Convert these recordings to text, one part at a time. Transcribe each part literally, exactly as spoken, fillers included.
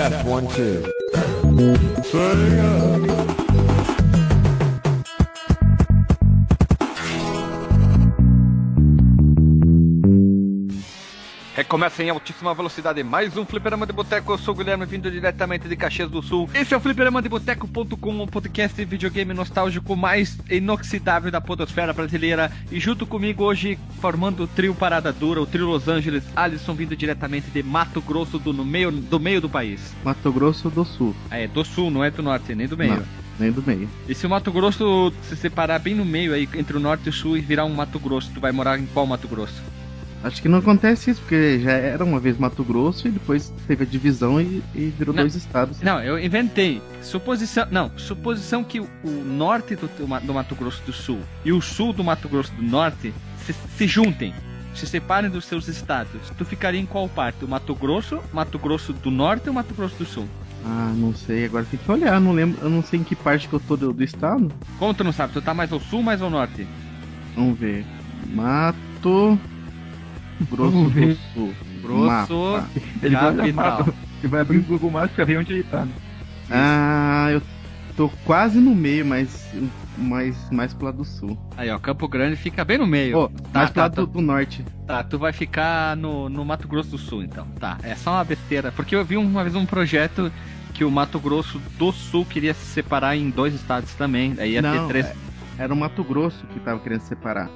Test one, two. Recomeça em altíssima velocidade mais um Fliperama de Boteco. Eu sou o Guilherme, vindo diretamente de Caxias do Sul. Esse é o fliperama de boteco ponto com, um podcast de videogame nostálgico mais inoxidável da podosfera brasileira. E junto comigo hoje, formando o trio Parada Dura, o trio Los Angeles, Alisson, vindo diretamente de Mato Grosso, do, no meio, do meio do país. Mato Grosso do Sul. É, do Sul, não é do Norte, nem do meio. Não, nem do meio. E se o Mato Grosso se separar bem no meio aí, entre o Norte e o Sul, e virar um Mato Grosso, tu vai morar em qual Mato Grosso? Acho que não acontece isso, porque já era uma vez Mato Grosso e depois teve a divisão e, e virou não, dois estados. Não, eu inventei. Suposição. Não, suposição que o, o norte do, do Mato Grosso do Sul e o sul do Mato Grosso do Norte se, se juntem, se separem dos seus estados. Tu ficaria em qual parte? O Mato Grosso, Mato Grosso do Norte ou Mato Grosso do Sul? Ah, não sei, agora tem que olhar, não lembro, eu não sei em que parte que eu tô do, do estado. Como tu não sabe? Tu tá mais ao sul ou mais ao norte? Vamos ver. Mato Grosso do Sul. Grosso, ele capital. vai, ele vai abrir o Google Maps pra ver onde ele tá. Ah, eu tô quase no meio, mas mais, mais pro lado do sul. Aí, ó, Campo Grande fica bem no meio. Oh, tá, mais tá, pro lado tá, do, do norte. Tá, tu vai ficar no, no Mato Grosso do Sul, então. Tá, é só uma besteira. Porque eu vi uma vez um projeto que o Mato Grosso do Sul queria se separar em dois estados também. Aí ia não, ter três. É, era o Mato Grosso que tava querendo separar.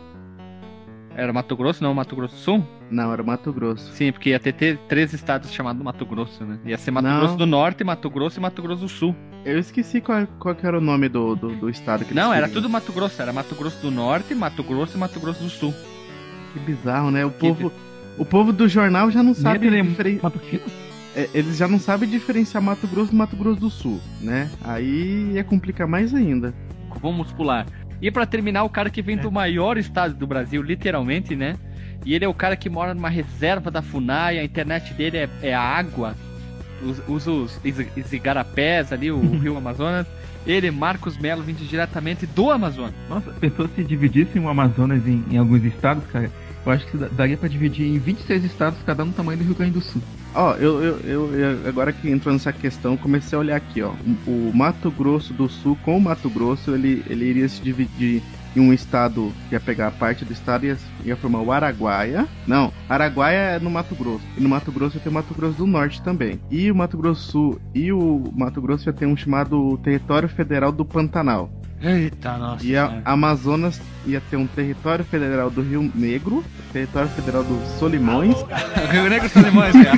Era Mato Grosso, não Mato Grosso do Sul? Não, era Mato Grosso. Sim, porque ia ter, ter três estados chamados Mato Grosso, né? Ia ser Mato não. Grosso do Norte, Mato Grosso e Mato Grosso do Sul. Eu esqueci qual, qual que era o nome do, do, do estado que eles Não, era queriam. tudo Mato Grosso. Era Mato Grosso do Norte, Mato Grosso e Mato Grosso do Sul. Que bizarro, né? O povo, o povo do jornal já não sabe diferenciar. É, eles já não sabem diferenciar Mato Grosso do Mato Grosso do Sul, né? Aí ia complicar mais ainda. Vamos pular. E pra terminar, o cara que vem é. do maior estado do Brasil, literalmente, né? E ele é o cara que mora numa reserva da FUNAI, a internet dele é, é a água, usa os, os igarapés ali, o, o rio Amazonas. Ele, Marcos Melo, vindo diretamente do Amazonas. Nossa, pensou se dividissem o Amazonas em, em alguns estados, cara? Eu acho que daria pra dividir em vinte e seis estados, cada um do tamanho do Rio Grande do Sul. Ó, oh, eu, eu, eu, eu, agora que entrou nessa questão, comecei a olhar aqui, ó. O Mato Grosso do Sul com o Mato Grosso, ele, ele iria se dividir em um estado que ia pegar a parte do estado e ia, ia formar o Araguaia. Não, Araguaia é no Mato Grosso. E no Mato Grosso ia ter o Mato Grosso do Norte também. E o Mato Grosso do Sul e o Mato Grosso ia ter um chamado Território Federal do Pantanal. Eita, nossa. E a Amazonas ia ter um Território Federal do Rio Negro, Território Federal dos Solimões. Rio Negro e Solimões, cara.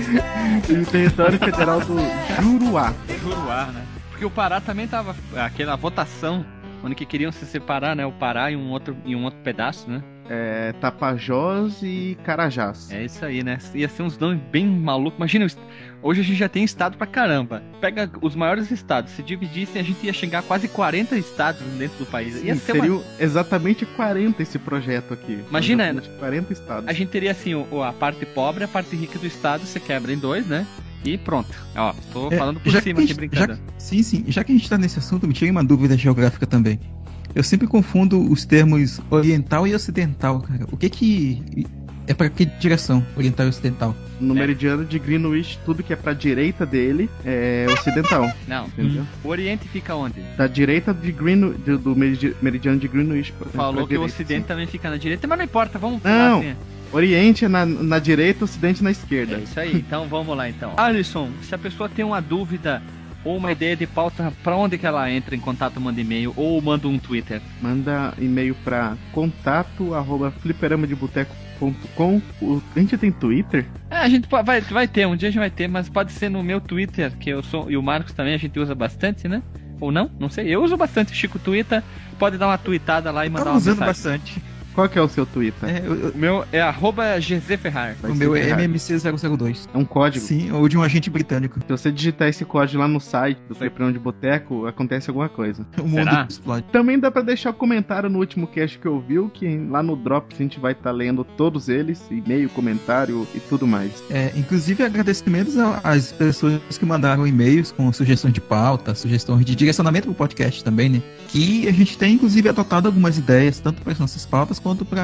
E o Território Federal do Juruá. Juruá, né? Porque o Pará também tava. Aquela votação onde que queriam se separar, né? O Pará em um outro, em um outro pedaço, né? É, Tapajós e Carajás. É isso aí, né? Ia ser uns nomes bem malucos. Imagina, hoje a gente já tem estado pra caramba. Pega os maiores estados, se dividissem, a gente ia chegar a quase quarenta estados dentro do país. Sim, ia ser seria uma... exatamente quarenta esse projeto aqui. Imagina, quarenta estados. A gente teria assim, a parte pobre, a parte rica do estado, você quebra em dois, né? E pronto. Ó, tô é, falando por cima gente, aqui, brincando. Já, sim, sim. Já que a gente tá nesse assunto, me tirei uma dúvida geográfica também. Eu sempre confundo os termos oriental e ocidental, cara. O que que é pra que direção, oriental e ocidental? No é. meridiano de Greenwich, tudo que é pra direita dele é ocidental. Não, entendeu? Hum. O Oriente fica onde? Da direita de Green, do, do meridiano de Greenwich. Pra, Falou pra que direita, o Ocidente sim. também fica na direita, mas não importa, vamos Não, assim. Oriente é na, na direita, Ocidente na esquerda. É isso aí, então vamos lá então. Alisson, se a pessoa tem uma dúvida ou uma ideia de pauta, pra onde que ela entra em contato, manda e-mail ou manda um Twitter? Manda e-mail pra contato arroba fliperama de boteco ponto com. A gente tem Twitter? É, a gente vai, vai ter, um dia a gente vai ter, mas pode ser no meu Twitter, que eu sou, e o Marcos também, a gente usa bastante, né? Ou não? Não sei, eu uso bastante, Chico Twitter, pode dar uma tweetada lá e mandar uma usando mensagem. bastante. Qual que é o seu Twitter? É, eu, eu... O meu é arroba gzferrar. O meu é M M C zero zero dois. É um código? Sim, ou de um agente britânico. Se você digitar esse código lá no site do Fliperama de Boteco, acontece alguma coisa. O mundo Será? explode. Também dá pra deixar o comentário no último cast que ouviu, que lá no Drops a gente vai estar tá lendo todos eles, e-mail, comentário e tudo mais. É, inclusive agradecimentos às pessoas que mandaram e-mails com sugestões de pauta, sugestões de direcionamento pro podcast também, né? Que a gente tem inclusive adotado algumas ideias, tanto para as nossas pautas quanto para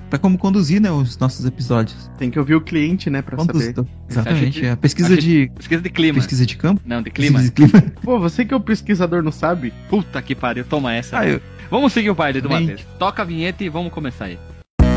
pra como conduzir, né, os nossos episódios. Tem que ouvir o cliente, né, pra Conduz... saber. Exatamente, A gente- a pesquisa a gente- de... Pesquisa de clima. Pesquisa de campo? Não, de clima. Pesquisa de clima. Pô, você que é o pesquisador não sabe? Puta que pariu, toma essa. Ah, eu... Vamos seguir o baile de uma Bem. vez. Toca a vinheta e vamos começar aí.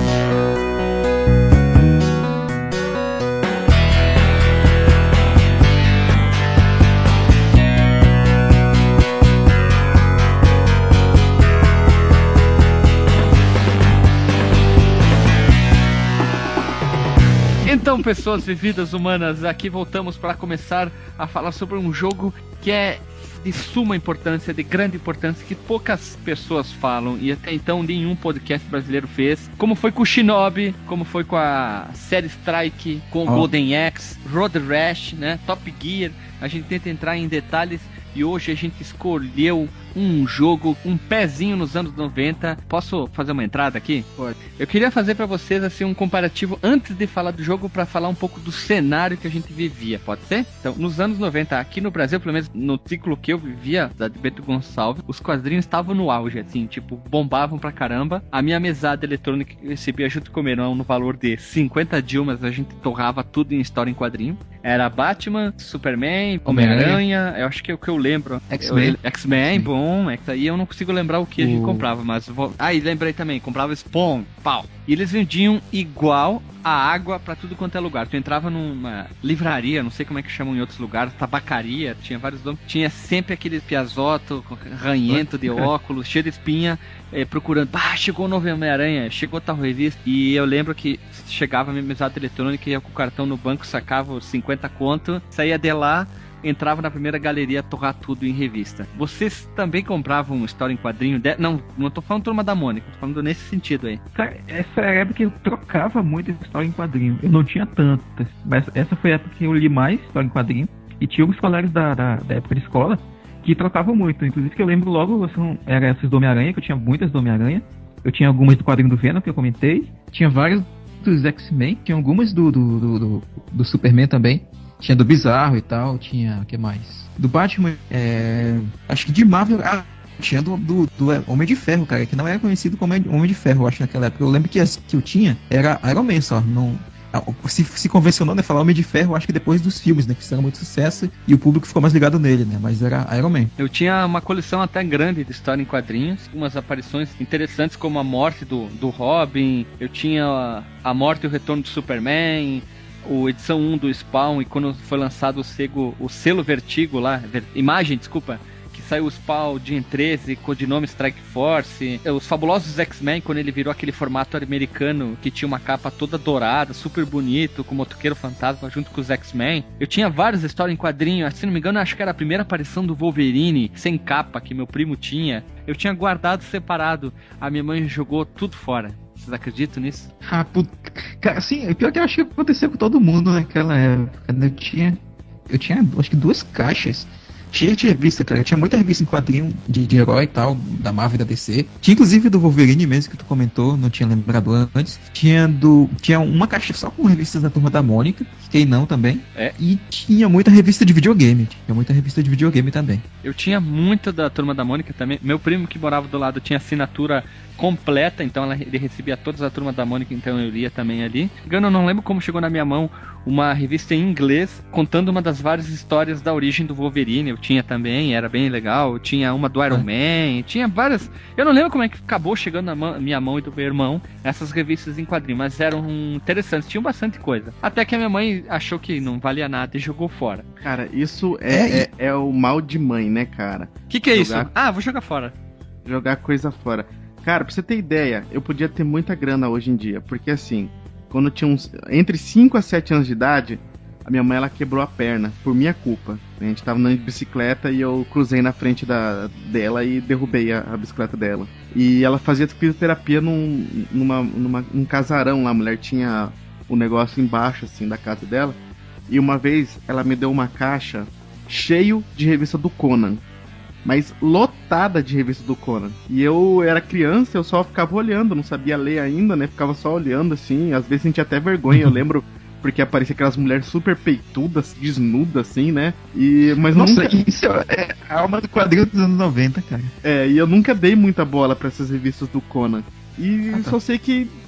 Então, pessoas vividas humanas, aqui voltamos para começar a falar sobre um jogo que é de suma importância, de grande importância, que poucas pessoas falam e até então nenhum podcast brasileiro fez. Como foi com o Shinobi, como foi com a série Strike, com o Oh. Golden Axe, Road Rash, né, Top Gear. A gente tenta entrar em detalhes e hoje a gente escolheu um jogo, um pezinho nos anos noventa. Posso fazer uma entrada aqui? Pode. Eu queria fazer pra vocês assim um comparativo antes de falar do jogo, pra falar um pouco do cenário que a gente vivia, pode ser? Então, nos anos noventa, aqui no Brasil, pelo menos no ciclo que eu vivia, da de Bento Gonçalves, os quadrinhos estavam no auge, assim, tipo, bombavam pra caramba. A minha mesada eletrônica que eu recebia junto com o meu irmão no valor de cinquenta dilmas, a gente torrava tudo em história em quadrinho. Era Batman, Superman, Homem-Aranha, eu acho que é o que eu lembro. X-Men. Eu- X-Men, bom, é que aí eu não consigo lembrar o que a gente O- comprava, mas vou... Ah, e lembrei também, comprava Spawn, pau. E eles vendiam igual a água pra tudo quanto é lugar. Tu entrava numa livraria, não sei como é que chamam em outros lugares, tabacaria, tinha vários nomes. Tinha sempre aquele piazoto, ranhento de óculos, cheio de espinha, eh, procurando, ah, chegou o novo Homem-Aranha, chegou tal revista. E eu lembro que chegava a minha mesada eletrônica, ia com o cartão no banco, sacava os cinquenta conto, saía de lá, entrava na primeira galeria, torrar tudo em revista. Vocês também compravam história em quadrinho? De... Não, não tô falando Turma da Mônica, tô falando nesse sentido aí. Cara, essa era a época que eu trocava muito história em quadrinho. Eu não tinha tantas, mas essa foi a época que eu li mais história em quadrinho. E tinha alguns colegas da, da, da época de escola que trocavam muito. Inclusive que eu lembro logo, assim, era essas do Homem-Aranha, que eu tinha muitas do Homem-Aranha. Eu tinha algumas do quadrinho do Venom, que eu comentei. Tinha várias dos X-Men, tinha algumas do, do, do, do, do Superman também. Tinha do Bizarro e tal, tinha o que mais? Do Batman, é... acho que de Marvel, ah, tinha do, do, do Homem de Ferro, cara, que não era conhecido como Homem de Ferro, eu acho, naquela época. Eu lembro que as que eu tinha era Iron Man só, não... Se, se convencionou, né, falar Homem de Ferro, acho que depois dos filmes, né, que fizeram muito sucesso e o público ficou mais ligado nele, né, mas era Iron Man. Eu tinha uma coleção até grande de história em quadrinhos, umas aparições interessantes como a morte do, do Robin, eu tinha a, a morte e o retorno do Superman, o edição um do Spawn, e quando foi lançado o, sego, o selo Vertigo lá, ver, imagem, desculpa, que saiu o Spawn Jean treze, codinome Strike Force, os fabulosos X-Men, quando ele virou aquele formato americano que tinha uma capa toda dourada, super bonito, com o motoqueiro fantasma junto com os X-Men. Eu tinha várias histórias em quadrinho, se não me engano, acho que era a primeira aparição do Wolverine, sem capa, que meu primo tinha. Eu tinha guardado separado, a minha mãe jogou tudo fora. Vocês acreditam nisso? Ah, puta. Cara, assim, pior que eu acho que aconteceu com todo mundo naquela época. Eu tinha. Eu tinha acho que duas caixas cheia de revista, cara. Tinha muita revista em quadrinho de, de herói e tal, da Marvel e da D C. Tinha inclusive do Wolverine mesmo, que tu comentou, não tinha lembrado antes. Tinha do. Tinha uma caixa só com revistas da Turma da Mônica, quem não também. É. E tinha muita revista de videogame. Tinha muita revista de videogame também. Eu tinha muita da Turma da Mônica também. Meu primo que morava do lado tinha assinatura completa, então ela, ele recebia todas a Turma da Mônica, então eu lia também ali. Eu não lembro como chegou na minha mão uma revista em inglês contando uma das várias histórias da origem do Wolverine. Eu tinha também, era bem legal. Eu tinha uma do Iron Man, tinha várias. Eu não lembro como é que acabou chegando na mão, minha mão e do meu irmão essas revistas em quadrinhos, mas eram interessantes, tinham bastante coisa. Até que a minha mãe achou que não valia nada e jogou fora. Cara, isso é, é, é o mal de mãe, né, cara? O que, que é Jogar- isso? Ah, vou jogar fora. Jogar coisa fora. Cara, pra você ter ideia, eu podia ter muita grana hoje em dia, porque assim, quando eu tinha uns entre cinco a sete anos de idade, a minha mãe ela quebrou a perna por minha culpa. A gente tava andando de bicicleta e eu cruzei na frente da, dela e derrubei a, a bicicleta dela. E ela fazia fisioterapia num, numa, numa, num casarão lá, a mulher tinha o negócio embaixo assim da casa dela. E uma vez ela me deu uma caixa cheio de revista do Conan, mas lotada de revista do Conan. E eu era criança, eu só ficava olhando, não sabia ler ainda, né? Ficava só olhando assim, às vezes sentia até vergonha, eu lembro, porque aparecia aquelas mulheres super peitudas, desnudas assim, né? E mas Nossa, nunca, isso é a alma do quadrinho dos anos noventa, cara. é, e eu nunca dei muita bola pra essas revistas do Conan. E Ah, tá. só sei que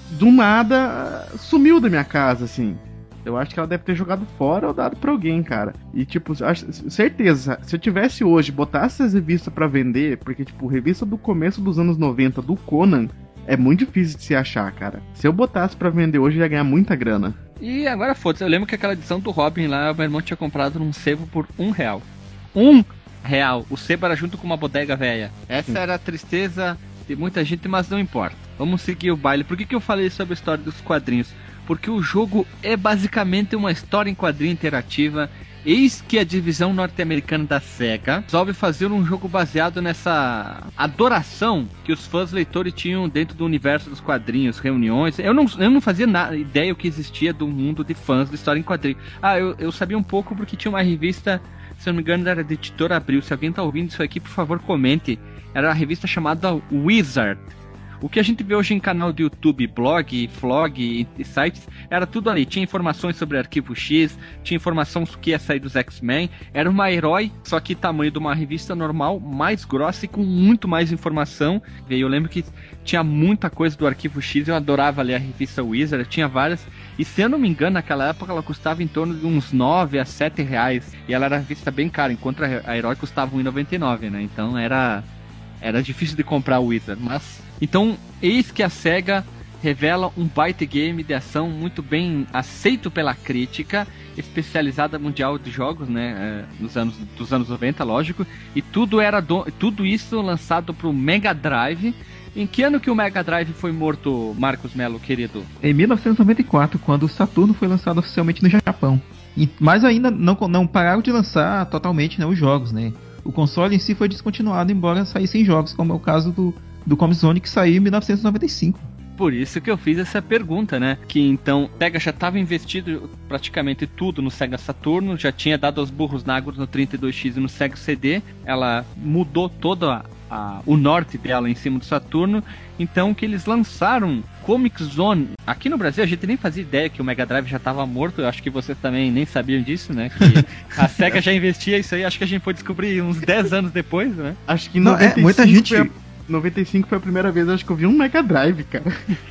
do nada sumiu da minha casa, assim. Eu acho que ela deve ter jogado fora ou dado pra alguém, cara. E, tipo, acho, certeza, se eu tivesse hoje, botasse essas revistas pra vender, porque, tipo, revista do começo dos anos noventa do Conan é muito difícil de se achar, cara. Se eu botasse pra vender hoje, eu ia ganhar muita grana. E agora foda-se, eu lembro que aquela edição do Robin lá, meu irmão tinha comprado num sebo por um real. Um real. O sebo era junto com uma bodega velha. Essa era a tristeza de muita gente, mas não importa. Vamos seguir o baile. Por que que eu falei sobre a história dos quadrinhos? Porque o jogo é basicamente uma história em quadrinho interativa. Eis que a divisão norte-americana da SEGA resolve fazer um jogo baseado nessa adoração que os fãs leitores tinham dentro do universo dos quadrinhos, reuniões. Eu não, eu não fazia nada, ideia o que existia do mundo de fãs de história em quadrinho. Ah, eu, eu sabia um pouco porque tinha uma revista, se eu não me engano, era da Editora Abril. Se alguém tá ouvindo isso aqui, por favor, comente. Era uma revista chamada Wizard. O que a gente vê hoje em canal do YouTube, blog, vlog e, e sites, era tudo ali. Tinha informações sobre Arquivo X, tinha informação sobre o que ia sair dos X-Men. Era uma herói, só que tamanho de uma revista normal, mais grossa e com muito mais informação. E eu lembro que tinha muita coisa do Arquivo X, eu adorava ler a revista Wizard, tinha várias. E se eu não me engano, naquela época ela custava em torno de uns nove a sete reais. E ela era uma revista bem cara, enquanto a herói custava um real e noventa e nove centavos, né? Então era... Era difícil de comprar o Wizard, mas... Então, eis que a SEGA revela um byte game de ação muito bem aceito pela crítica, especializada mundial de jogos, né? Nos anos, dos anos noventa, lógico. E tudo, era do, tudo isso lançado pro Mega Drive. Em que ano que o Mega Drive foi morto, Marcos Melo, querido? Em mil novecentos e noventa e quatro, quando o Saturno foi lançado oficialmente no Japão. E, mas ainda não, não pararam de lançar totalmente, né, os jogos, né? O console em si foi descontinuado, embora saíssem jogos, como é o caso do, do Comix Zone, que saiu em mil novecentos e noventa e cinco. Por isso que eu fiz essa pergunta, né? Que então, Sega já estava investido praticamente tudo no Sega Saturno, já tinha dado os burros na água no trinta e dois X e no Sega C D, ela mudou todo a, a, o norte dela em cima do Saturno, então que eles lançaram Comix Zone. Aqui no Brasil a gente nem fazia ideia que o Mega Drive já estava morto, eu acho que vocês também nem sabiam disso, né? Que a Sega já investia isso aí, acho que a gente foi descobrir uns dez anos depois, né? Acho que não, é, muita gente... Foi a... noventa e cinco foi a primeira vez, acho que eu vi um Mega Drive, cara.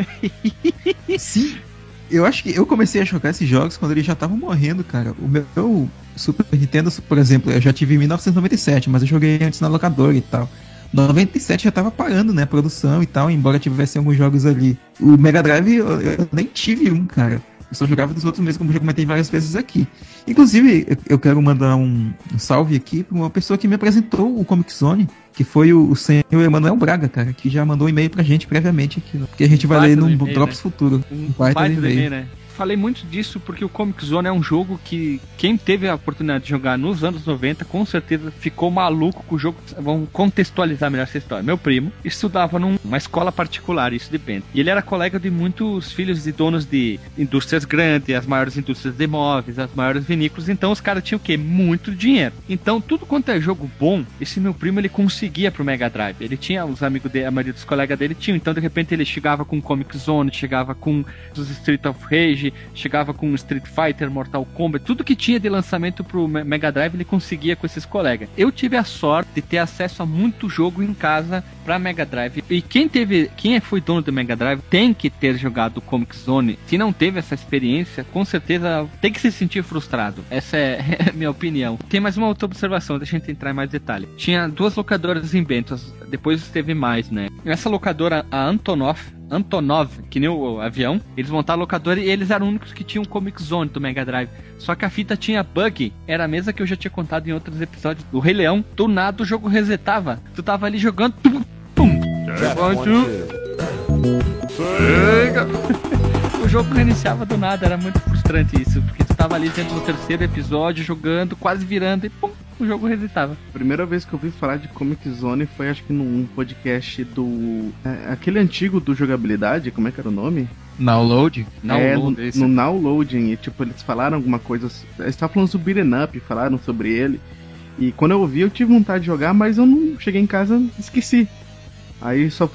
Sim, eu acho que eu comecei a jogar esses jogos quando eles já estavam morrendo, cara. O meu Super Nintendo, por exemplo, eu já tive em mil novecentos e noventa e sete, mas eu joguei antes na locadora e tal. noventa e sete já tava parando, né, a produção e tal, embora tivessem alguns jogos ali. O Mega Drive eu, eu nem tive um, cara. Eu só jogava dos outros mesmo, como eu já comentei várias vezes aqui. Inclusive, eu quero mandar um, um salve aqui para uma pessoa que me apresentou o Comix Zone, que foi o, o senhor Emanuel Braga, cara, que já mandou um e-mail pra gente previamente aqui, né? Porque a gente vai ler num Drops né? Futuro. Um baita do e-mail, né? Falei muito disso porque o Comix Zone é um jogo que quem teve a oportunidade de jogar nos anos noventa com certeza ficou maluco com o jogo. Vamos contextualizar melhor essa história. Meu primo estudava numa escola particular, isso de Bento, e ele era colega de muitos filhos de donos de indústrias grandes, as maiores indústrias de móveis, as maiores vinícolas. Então os caras tinham o quê? Muito dinheiro. Então tudo quanto é jogo bom, esse meu primo ele conseguia pro Mega Drive. Ele tinha, os amigos dele, a maioria dos colegas dele tinham. Então de repente ele chegava com Comix Zone, chegava com os Street of Rage, chegava com Street Fighter, Mortal Kombat, tudo que tinha de lançamento pro Mega Drive ele conseguia com esses colegas. Eu tive a sorte de ter acesso a muito jogo em casa pra Mega Drive, e quem teve, quem foi dono do Mega Drive tem que ter jogado o Comix Zone. Se não teve essa experiência, com certeza tem que se sentir frustrado. Essa é a minha opinião. Tem mais uma outra observação, deixa eu entrar em mais detalhe. Tinha duas locadoras em Bento, depois teve mais, né? Essa locadora, a Antonov, Antonov, que nem o avião, eles montaram a locadora e eles eram os únicos que tinham o Comix Zone do Mega Drive. Só que a fita tinha bug, era a mesma que eu já tinha contado em outros episódios do Rei Leão. Do nada o jogo resetava. Tu tava ali jogando, pum, pum. O jogo reiniciava do nada, era muito frustrante isso, porque tu tava ali dentro do terceiro episódio, jogando, quase virando e pum, o jogo resetava. A primeira vez que eu ouvi falar de Comix Zone foi acho que num podcast do... É, aquele antigo do Jogabilidade, como é que era o nome? Download? É, no, no Downloading, e tipo, eles falaram alguma coisa, eles estavam falando sobre Beat'em Up, falaram sobre ele, e quando eu ouvi eu tive vontade de jogar, mas eu não cheguei em casa e esqueci. Aí só fui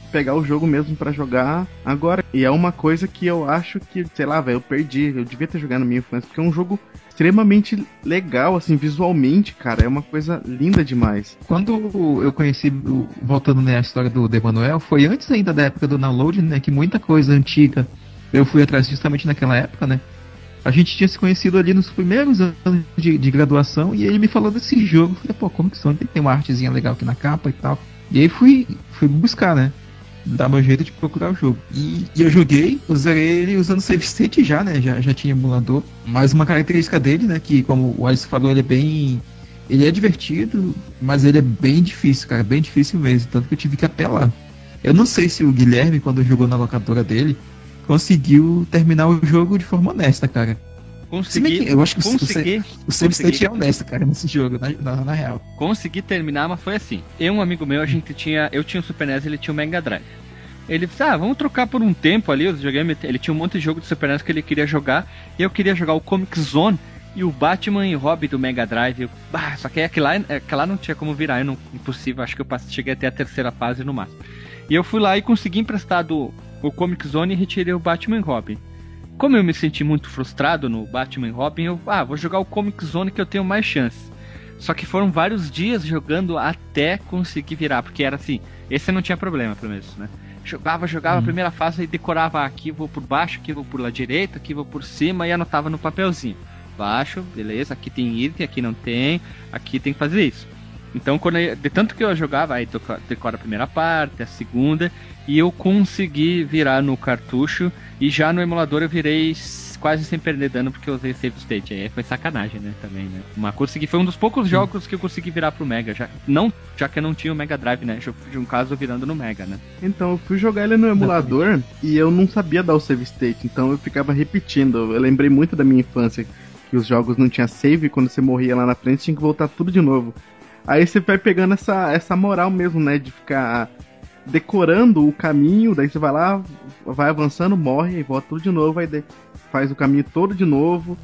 pegar o jogo mesmo pra jogar agora. E é uma coisa que eu acho que, sei lá, velho, eu perdi. Eu devia ter jogado na minha infância, porque é um jogo extremamente legal, assim, visualmente, cara. É uma coisa linda demais. Quando eu conheci, voltando né, a história do Emanuel, foi antes ainda da época do download, né? Que muita coisa antiga eu fui atrás justamente naquela época, né? A gente tinha se conhecido ali nos primeiros anos de, de graduação e ele me falou desse jogo. Eu falei, pô, como que Sonic tem uma artezinha legal aqui na capa e tal. E aí fui, fui buscar, né? Dar meu jeito de procurar o jogo. E, e eu joguei, usei ele usando save state já, né? Já, já tinha emulador. Mas uma característica dele, né? Que como o Alisson falou, ele é bem... Ele é divertido, mas ele é bem difícil, cara. Bem difícil mesmo. Tanto que eu tive que apelar. Eu não sei se o Guilherme, quando jogou na locadora dele, conseguiu terminar o jogo de forma honesta, cara. Consegui, eu acho que consegui, o save state é honesto, cara, nesse jogo, na, na, na real. Consegui terminar, mas foi assim. Eu e um amigo meu, a gente tinha. Eu tinha o Super N E S e ele tinha o Mega Drive. Ele disse, ah, vamos trocar por um tempo ali. Eu joguei, ele tinha um monte de jogo do Super N E S que ele queria jogar. E eu queria jogar o Comic Zone e o Batman e Robin do Mega Drive. Eu, bah, só que aquela, aquela não tinha como virar, eu não, impossível. Acho que eu passei, cheguei até a terceira fase no máximo. E eu fui lá e consegui emprestado o Comic Zone e retirei o Batman e Robin. Como eu me senti muito frustrado no Batman e Robin, eu ah, vou jogar o Comic Zone que eu tenho mais chance. Só que foram vários dias jogando até conseguir virar, porque era assim, esse não tinha problema pelo menos, né? Jogava, jogava hum. a primeira fase e decorava aqui vou por baixo, aqui vou por lá direita, aqui vou por cima e anotava no papelzinho. Baixo, beleza, aqui tem item, aqui não tem, aqui tem que fazer isso. Então, quando eu, de tanto que eu jogava, aí decora a primeira parte, a segunda, e eu consegui virar no cartucho, e já no emulador eu virei quase sem perder dano, porque eu usei save state. Aí foi sacanagem, né, também, né. Mas consegui, foi um dos poucos jogos Sim. que eu consegui virar pro Mega, já, não, já que eu não tinha o Mega Drive, né, de um caso virando no Mega, né. Então, eu fui jogar ele no emulador, e eu não sabia dar o save state, então eu ficava repetindo. Eu lembrei muito da minha infância, que os jogos não tinham save, e quando você morria lá na frente tinha que voltar tudo de novo. Aí você vai pegando essa, essa moral mesmo, né? De ficar decorando o caminho, daí você vai lá, vai avançando, morre, e volta tudo de novo, aí faz o caminho todo de novo.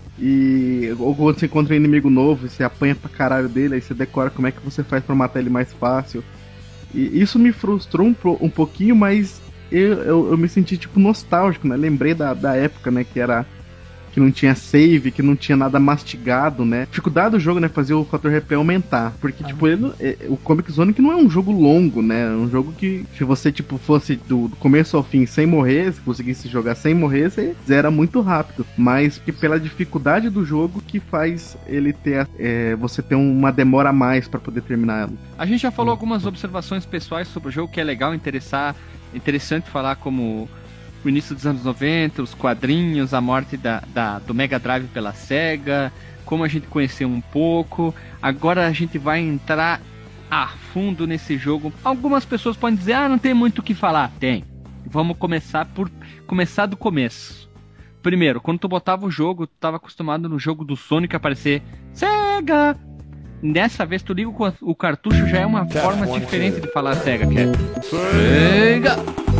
E ou quando você encontra um inimigo novo, você apanha pra caralho dele, aí você decora como é que você faz pra matar ele mais fácil. E isso me frustrou um, um pouquinho, mas eu, eu, eu me senti tipo nostálgico, né? Lembrei da, da época, né? Que era... que não tinha save, que não tinha nada mastigado, né? A dificuldade do jogo, né, fazer o fator replay aumentar. Porque, ah, tipo, ele, é, o Comic Zone que não é um jogo longo, né? É um jogo que, se você, tipo, fosse do, do começo ao fim sem morrer, se conseguisse jogar sem morrer, você zera muito rápido. Mas que pela dificuldade do jogo que faz ele ter, é, você ter uma demora a mais pra poder terminá-lo. A gente já falou algumas observações pessoais sobre o jogo que é legal, interessar, interessante falar como... o início dos anos noventa, os quadrinhos, a morte da, da, do Mega Drive pela SEGA, como a gente conheceu um pouco. Agora a gente vai entrar a fundo nesse jogo. Algumas pessoas podem dizer, ah, não tem muito o que falar. Tem. Vamos começar por começar do começo. Primeiro, quando tu botava o jogo, tu estava acostumado no jogo do Sonic aparecer SEGA. Dessa vez tu liga o, o cartucho, já é uma forma diferente de falar SEGA, que é SEGA.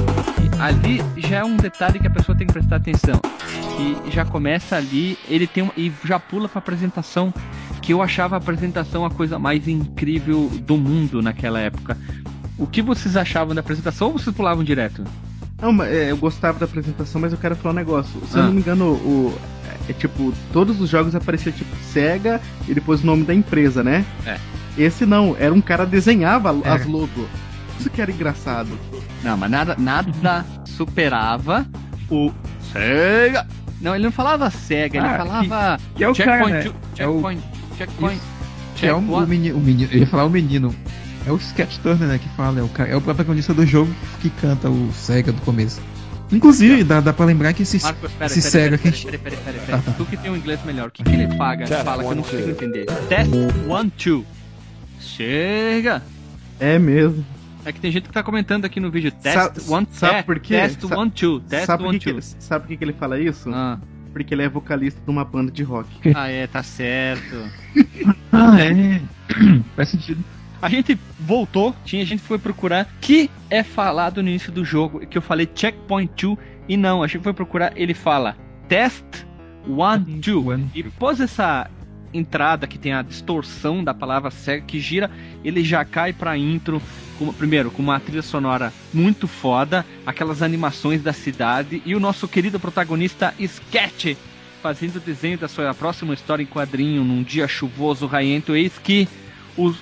Ali já é um detalhe que a pessoa tem que prestar atenção. E já começa ali, ele tem um, e já pula pra apresentação, que eu achava a apresentação a coisa mais incrível do mundo naquela época. O que vocês achavam da apresentação ou vocês pulavam direto? Não, mas é, eu gostava da apresentação, mas eu quero falar um negócio. Se ah. eu não me engano, o, é tipo, todos os jogos apareciam tipo SEGA e depois o nome da empresa, né? É. Esse não, era um cara que desenhava é. as logos. Isso que era engraçado. Não, mas nada, nada superava o SEGA. Não, ele não falava SEGA, ele ah, falava que, que é o Checkpoint, cara, né? Checkpoint, é o... Checkpoint, que é o, o, menino, o menino, eu ia falar o menino. É o Sketch Turner, né, que fala, é o, cara, é o protagonista do jogo que canta o SEGA do começo. Inclusive, dá, dá pra lembrar que esse, Marcos, pera, esse pera, SEGA... Pera, pera, pera, pera, pera, pera. Tu que tem um inglês melhor, o que, que ele paga, fala que eu não consigo entender? Test one, two. Chega! É mesmo. É que tem gente que tá comentando aqui no vídeo. Test sabe, one, sabe é, por quê? Test Sa one, two. Test sabe one, por que two. Que, sabe por que, que ele fala isso? Ah. Porque ele é vocalista de uma banda de rock. Ah, é, tá certo. ah, é. Faz sentido. A gente voltou, tinha gente que foi procurar que é falado no início do jogo, que eu falei Checkpoint two, e não, a gente foi procurar, ele fala Test one, two. E pôs essa entrada, que tem a distorção da palavra SEGA, que gira, ele já cai pra intro, com, primeiro, com uma trilha sonora muito foda, aquelas animações da cidade, e o nosso querido protagonista Sketch, fazendo o desenho da sua próxima história em quadrinho, num dia chuvoso, raento. Eis que o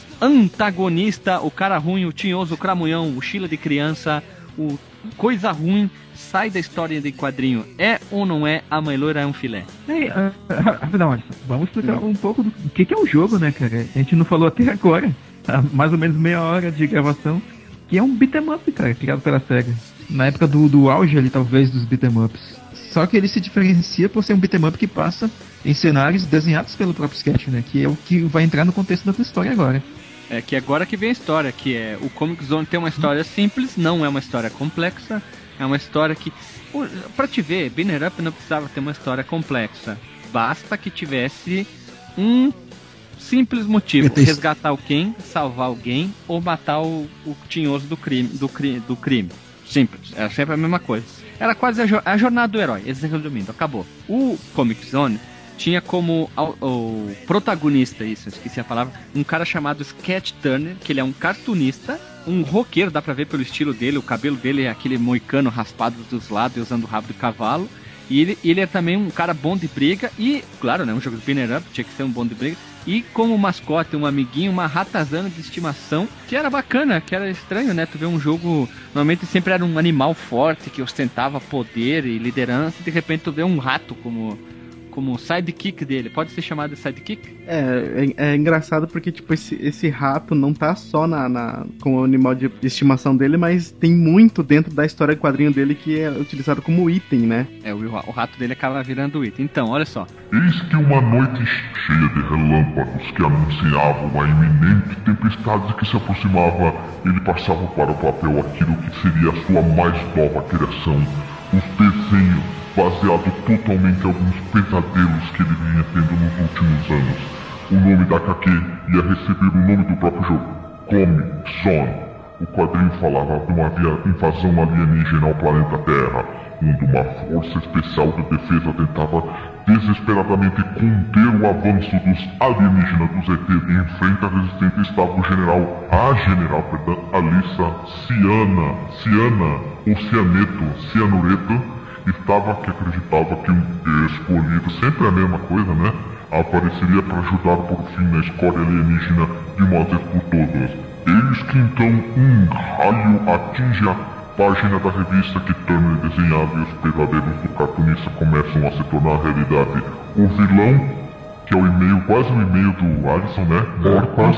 antagonista, o cara ruim, o tinhoso, o cramunhão, o chila de criança, o coisa ruim, sai da história de quadrinho. É ou não é a Mãe Loira é um filé? Ei, uh, rapidão, Alisson, vamos explicar um pouco do que, que é o jogo, né, cara? A gente não falou até agora, há mais ou menos meia hora de gravação, que é um beat'em up, cara, criado pela SEGA. Na época do, do auge ali, talvez, dos beat'em ups. Só que ele se diferencia por ser um beat'em up que passa em cenários desenhados pelo próprio Sketch, né? Que é o que vai entrar no contexto da tua história agora. É que agora que vem a história, que é o Comic Zone tem uma história simples, não é uma história complexa, é uma história que, pra te ver, Banner Up não precisava ter uma história complexa, basta que tivesse um simples motivo, resgatar alguém, salvar alguém ou matar o, o tinhoso do crime, do, cri, do crime. Simples, era sempre a mesma coisa. Era quase a, jo- a jornada do herói, esse resumindo, acabou. O Comic Zone tinha como o, o protagonista, isso, esqueci a palavra, um cara chamado Sketch Turner, que ele é um cartunista, um roqueiro, dá pra ver pelo estilo dele, o cabelo dele é aquele moicano raspado dos lados e usando o rabo de cavalo, e ele, ele é também um cara bom de briga, e, claro, né, um jogo de banner up, tinha que ser um bom de briga, e como mascote, um amiguinho, uma ratazana de estimação, que era bacana, que era estranho, né, tu vê um jogo, normalmente sempre era um animal forte, que ostentava poder e liderança, e de repente tu vê um rato como... como sidekick dele, pode ser chamado de sidekick? É, é, é engraçado porque, tipo, esse, esse rato não tá só na, na, com o animal de estimação dele, mas tem muito dentro da história do quadrinho dele que é utilizado como item, né? É, o, o rato dele acaba virando item. Então, olha só. Eis que uma noite cheia de relâmpagos que anunciavam a iminente tempestade que se aproximava, ele passava para o papel aquilo que seria a sua mais nova criação, os desenhos, baseado totalmente em alguns pesadelos que ele vinha tendo nos últimos anos. O nome da H Q ia receber o nome do próprio jogo, Comic Zone. O quadrinho falava de uma invasão alienígena ao planeta Terra, onde uma força especial de defesa tentava desesperadamente conter o avanço dos alienígenas dos E T em frente à resistente estava o general, a general, perdão, Alissa Ciana, Ciana, ou Cianeto, Cianureto, estava que acreditava que um escolhido, sempre a mesma coisa, né? Apareceria para ajudar por fim na escória alienígena de uma vez por todas. Eis que então um raio atinge a página da revista que Turner desenhava e os pesadelos do cartunista começam a se tornar realidade. O vilão, que é o e-mail, quase o e-mail do Alisson, né? Mortos.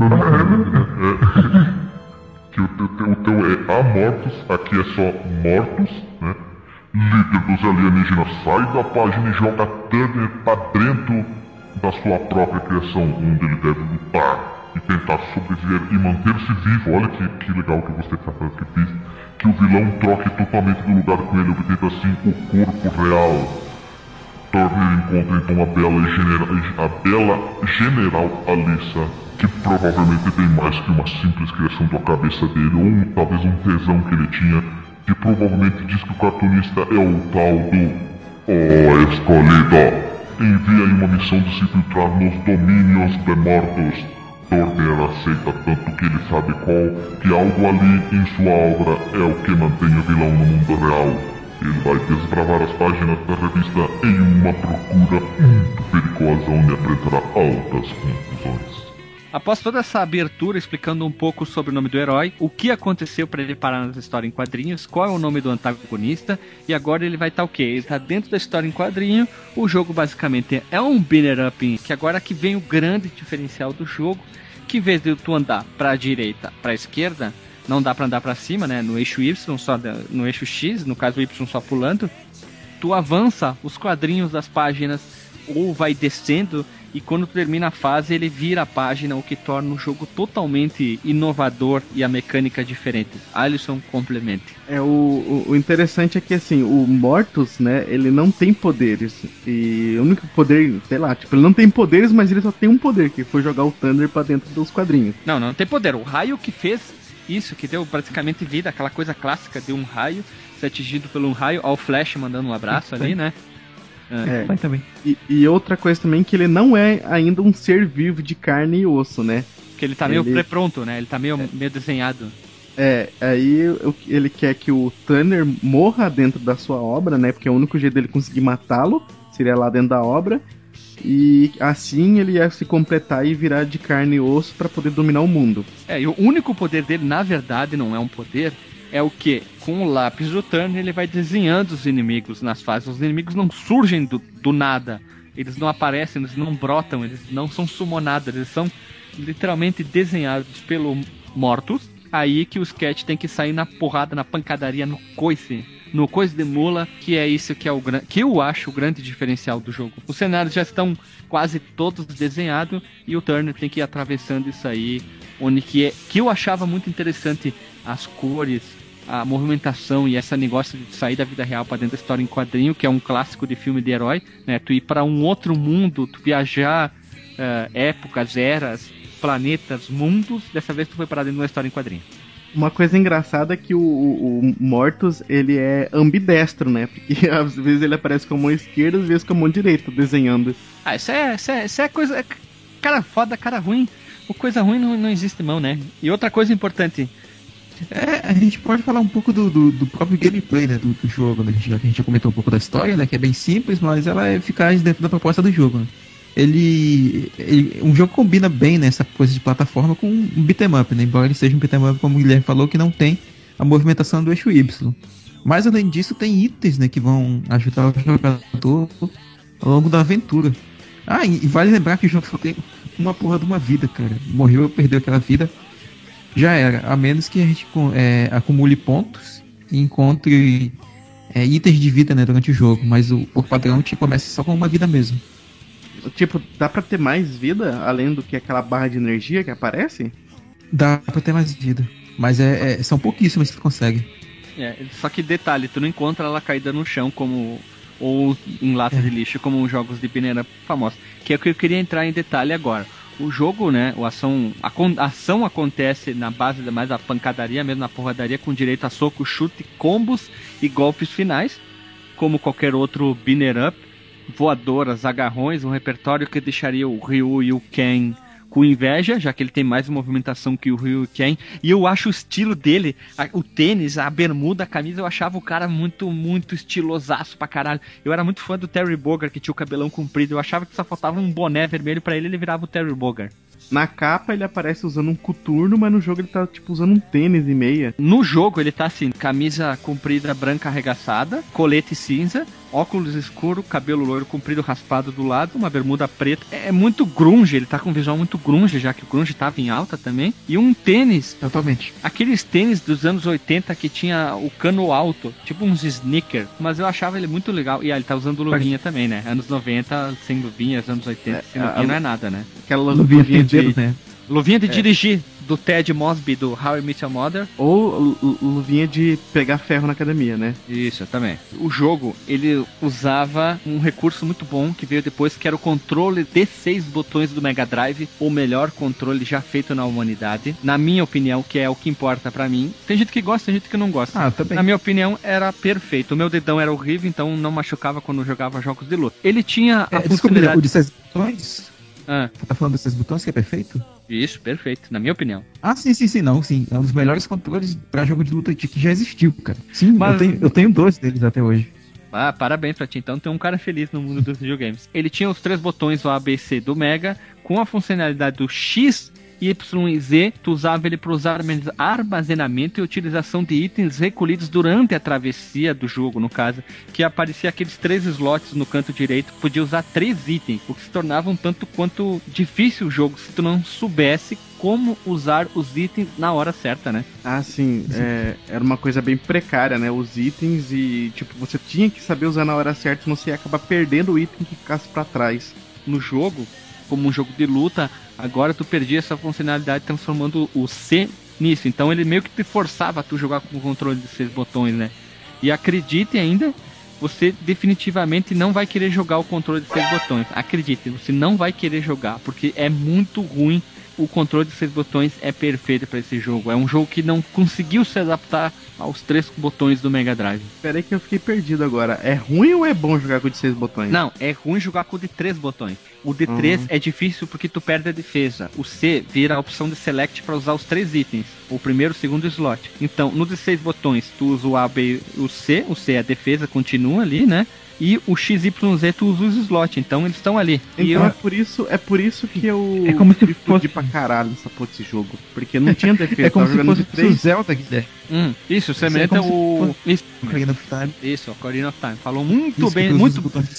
É, que o teu, o teu é Amortos, aqui é só Mortos, né? Líder dos alienígenas sai da página e joga Turner pra dentro da sua própria criação, onde ele deve lutar e tentar sobreviver e manter-se vivo. Olha que, que legal que você está falando que fiz. Que o vilão troque totalmente do lugar com ele, obtendo assim o corpo real. Turner encontra então a bela, genera, a bela general Alissa, que provavelmente tem mais que uma simples criação da cabeça dele, ou talvez um tesão que ele tinha, que provavelmente diz que o cartunista é o tal do O Escolhido. Envia uma missão de se filtrar nos domínios de mortos. Turner aceita tanto que ele sabe qual, que algo ali em sua obra é o que mantém o vilão no mundo real. Ele vai desbravar as páginas da revista em uma procura muito perigosa onde apresentará altas conclusões. Após toda essa abertura explicando um pouco sobre o nome do herói, o que aconteceu para ele parar nessa história em quadrinhos, qual é o nome do antagonista, e agora ele vai estar o quê? Ele está dentro da história em quadrinho, o jogo basicamente é um banner up, que agora que vem o grande diferencial do jogo, que em vez de tu andar para a direita, para a esquerda, não dá para andar para cima, né, no eixo Y, só no eixo X, no caso o Y só pulando, tu avança os quadrinhos das páginas, ou vai descendo, e quando termina a fase ele vira a página, o que torna o jogo totalmente inovador e a mecânica diferente. Alisson, complemente. É, o, o, o interessante é que assim, o Mortus, né, ele não tem poderes, e o único poder, sei lá, tipo, ele não tem poderes, mas ele só tem um poder, que foi jogar o Thunder pra dentro dos quadrinhos. Não, não tem poder, o raio que fez isso, que deu praticamente vida, aquela coisa clássica de um raio, ser atingido por um raio, ao Flash mandando um abraço ali, né? É. Sai também. E, e outra coisa também, que ele não é ainda um ser vivo de carne e osso, né? Porque ele tá meio Ele- pré-pronto, né? Ele tá meio, meio desenhado. É, aí o- ele quer que o Tanner morra dentro da sua obra, né? Porque é o único jeito dele conseguir matá-lo seria lá dentro da obra. E assim ele ia se completar e virar de carne e osso pra poder dominar o mundo. É, e o único poder dele, na verdade, não é um poder, é o que? Com o lápis do Turner, ele vai desenhando os inimigos nas fases. Os inimigos não surgem do, do nada. Eles não aparecem, eles não brotam, eles não são summonados, eles são literalmente desenhados pelo Mortus. Aí que o Sketch tem que sair na porrada, na pancadaria, no coice, no coice de mula, que é isso que é o gran... que eu acho o grande diferencial do jogo. Os cenários já estão quase todos desenhados e o Turner tem que ir atravessando isso aí, onde que é que eu achava muito interessante as cores, a movimentação e esse negócio de sair da vida real para dentro da história em quadrinho, que é um clássico de filme de herói, né? Tu ir para um outro mundo, tu viajar uh, épocas, eras, planetas, mundos. Dessa vez tu foi parar dentro de uma história em quadrinho. Uma coisa engraçada é que o, o, o Mortus, ele é ambidestro, né? Porque às vezes ele aparece com a mão esquerda, às vezes com a mão direita, desenhando. Ah, isso é, isso é, isso é coisa... é cara foda, cara ruim. O coisa ruim não, não existe mão, né? E outra coisa importante... É, a gente pode falar um pouco do, do, do próprio gameplay, né, do, do jogo, né? Já que a gente já comentou um pouco da história, né, que é bem simples, mas ela é eficaz dentro da proposta do jogo, né? Ele, ele um jogo combina bem nessa coisa de plataforma com um beat'em up, né? Embora ele seja um beat'em up, como o Guilherme falou, que não tem a movimentação do eixo Y. Mas além disso tem itens, né, que vão ajudar o jogador ao longo da aventura. Ah, e, e vale lembrar que o jogo só tem uma porra de uma vida, cara. Morreu, perdeu aquela vida, já era. A menos que a gente é, acumule pontos e encontre é, itens de vida, né, durante o jogo. Mas o, por padrão a gente começa só com uma vida mesmo. Tipo, dá pra ter mais vida, além do que aquela barra de energia que aparece? Dá pra ter mais vida. Mas é, é, são pouquíssimas que tu consegue. É, só que detalhe, tu não encontra ela caída no chão como... ou em lata É. de lixo, como os jogos de peneira famosos. Que é o que eu queria entrar em detalhe agora. O jogo, né, a ação, a, con- a ação acontece na base da mais da pancadaria, mesmo na porradaria, com direito a soco, chute, combos e golpes finais, como qualquer outro binner up, voadoras, agarrões, um repertório que deixaria o Ryu e o Ken com inveja, já que ele tem mais movimentação que o Ryu e o Ken, e eu acho o estilo dele, a, o tênis, a bermuda, a camisa, eu achava o cara muito, muito estilosaço pra caralho. Eu era muito fã do Terry Bogard, que tinha o cabelão comprido, eu achava que só faltava um boné vermelho pra ele, ele virava o Terry Bogard. Na capa ele aparece usando um coturno, mas no jogo ele tá tipo usando um tênis e meia. No jogo ele tá assim, camisa comprida branca arregaçada, colete cinza, óculos escuro, cabelo loiro comprido raspado do lado, uma bermuda preta. É muito grunge, ele tá com um visual muito grunge, já que o grunge tava em alta também. E um tênis, Totalmente. aqueles tênis dos anos oitenta que tinha o cano alto, tipo uns sneakers, mas eu achava ele muito legal. E ah, ele tá usando luvinha também, né? Anos noventa sem luvinhas, anos oitenta sem É, luvinha a- não é nada, né? Aquela Luvinha luvinha de dedos, de... né? Luvinha de dirigir, do Ted Mosby, do How I Met Your Mother. Ou lu- lu- luvinha de pegar ferro na academia, né? Isso, também. O jogo, ele usava um recurso muito bom que veio depois, que era o controle de seis botões do Mega Drive, o melhor controle já feito na humanidade. Na minha opinião, que é o que importa pra mim. Tem gente que gosta, tem gente que não gosta. Ah, também. Na minha opinião, era perfeito. O meu dedão era horrível, então não machucava quando eu jogava jogos de luta. Ele tinha a É, desculpa, funcionalidade... o de seis botões? Ah, Você tá falando desses botões que é perfeito? isso, perfeito, na minha opinião. Ah, sim, sim, sim, não, sim. É um dos melhores controles pra jogo de luta que já existiu, cara. Sim, Mas- eu, tenho, eu tenho dois deles até hoje. Ah, parabéns pra ti. Então tem um cara feliz no mundo dos videogames. Ele tinha os três botões, o A, B, C do Mega, com a funcionalidade do X, Y e Z. Tu usava ele para usar armazenamento e utilização de itens recolhidos durante a travessia do jogo, no caso. Que aparecia aqueles três slots no canto direito. Podia usar três itens, o que se tornava um tanto quanto difícil o jogo se tu não soubesse como usar os itens na hora certa, né? Ah, sim, é, era uma coisa bem precária, né? Os itens e, tipo, você tinha que saber usar na hora certa, senão você ia acabar perdendo o item que ficasse pra trás. No jogo, como um jogo de luta, agora tu perdia essa funcionalidade transformando o C nisso. Então ele meio que te forçava a tu jogar com o controle de seis botões, né? E acredite ainda, você definitivamente não vai querer jogar o controle de seis botões. Acredite, você não vai querer jogar, porque é muito ruim o controle de seis botões é perfeito para esse jogo. É um jogo que não conseguiu se adaptar aos três botões do Mega Drive. Pera aí que eu fiquei perdido agora. É ruim ou é bom jogar com o de seis botões? Não, é ruim jogar com o de três botões. O de três uhum. é difícil porque tu perde a defesa. O C vira a opção de select para usar os três itens. O primeiro, o segundo slot. Então, no de seis botões, tu usa o A, B e o C. O C é a defesa, continua ali, né? E o X Y Z tu usa os slots, então eles estão ali. Então e eu... é por isso, é por isso que eu é como se fosse pra caralho nessa porra desse jogo, porque não tinha defesa. É como se fosse três Zelda, Guilherme. Hum, isso, você mete é o isso, Ocarina of Time. Isso, Ocarina of Time. Falou muito isso, bem, muito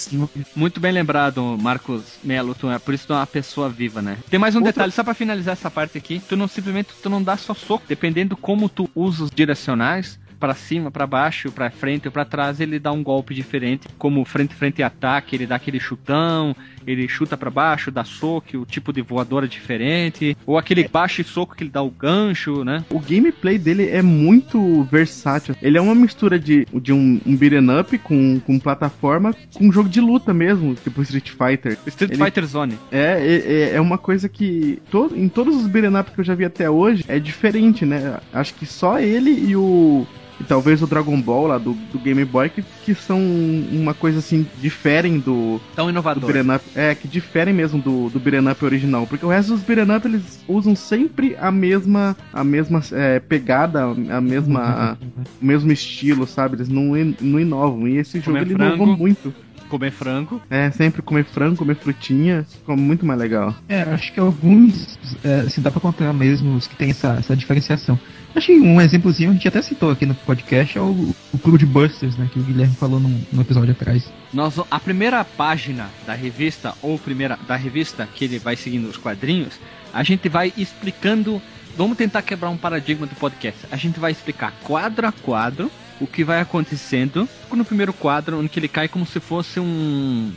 muito bem lembrado, Marcos Melo, tu é, por isso tu é uma pessoa viva, né? Tem mais um Outra... detalhe só pra finalizar essa parte aqui, tu não simplesmente tu não dá só soco, dependendo como tu usa os direcionais, pra cima, pra baixo, pra frente ou pra trás, ele dá um golpe diferente, como frente, frente e ataque, ele dá aquele chutão, ele chuta pra baixo, dá soco, o tipo de voadora é diferente, ou aquele baixo e soco que ele dá o gancho, né? O gameplay dele é muito versátil, ele é uma mistura de, de um, um beat'em up com, com plataforma, com um jogo de luta mesmo, tipo Street Fighter. Street ele, Fighter Zone. É, é, é uma coisa que to, em todos os beat'em up que eu já vi até hoje, é diferente, né? Acho que só ele e o... E talvez o Dragon Ball lá do, do Game Boy, que, que são uma coisa assim, diferem do... Tão inovador. Do beat'em up, é, que diferem mesmo do, do beat'em up original. Porque o resto dos beat'em up, eles usam sempre a mesma, a mesma é, pegada, a mesma, o mesmo estilo, sabe? Eles não, não inovam. E esse jogo, ele inovou muito. Comer frango. É, sempre comer frango, comer frutinha. Ficou muito mais legal. É, acho que alguns, é, assim, dá pra encontrar mesmo os que tem essa, essa diferenciação. Acho que um exemplozinho a gente até citou aqui no podcast é o, o Crude Busters, né? Que o Guilherme falou num, num episódio atrás. Nós, a primeira página da revista, ou primeira da revista que ele vai seguindo os quadrinhos, a gente vai explicando. Vamos tentar quebrar um paradigma do podcast. A gente vai explicar quadro a quadro o que vai acontecendo. No primeiro quadro, onde ele cai como se fosse um,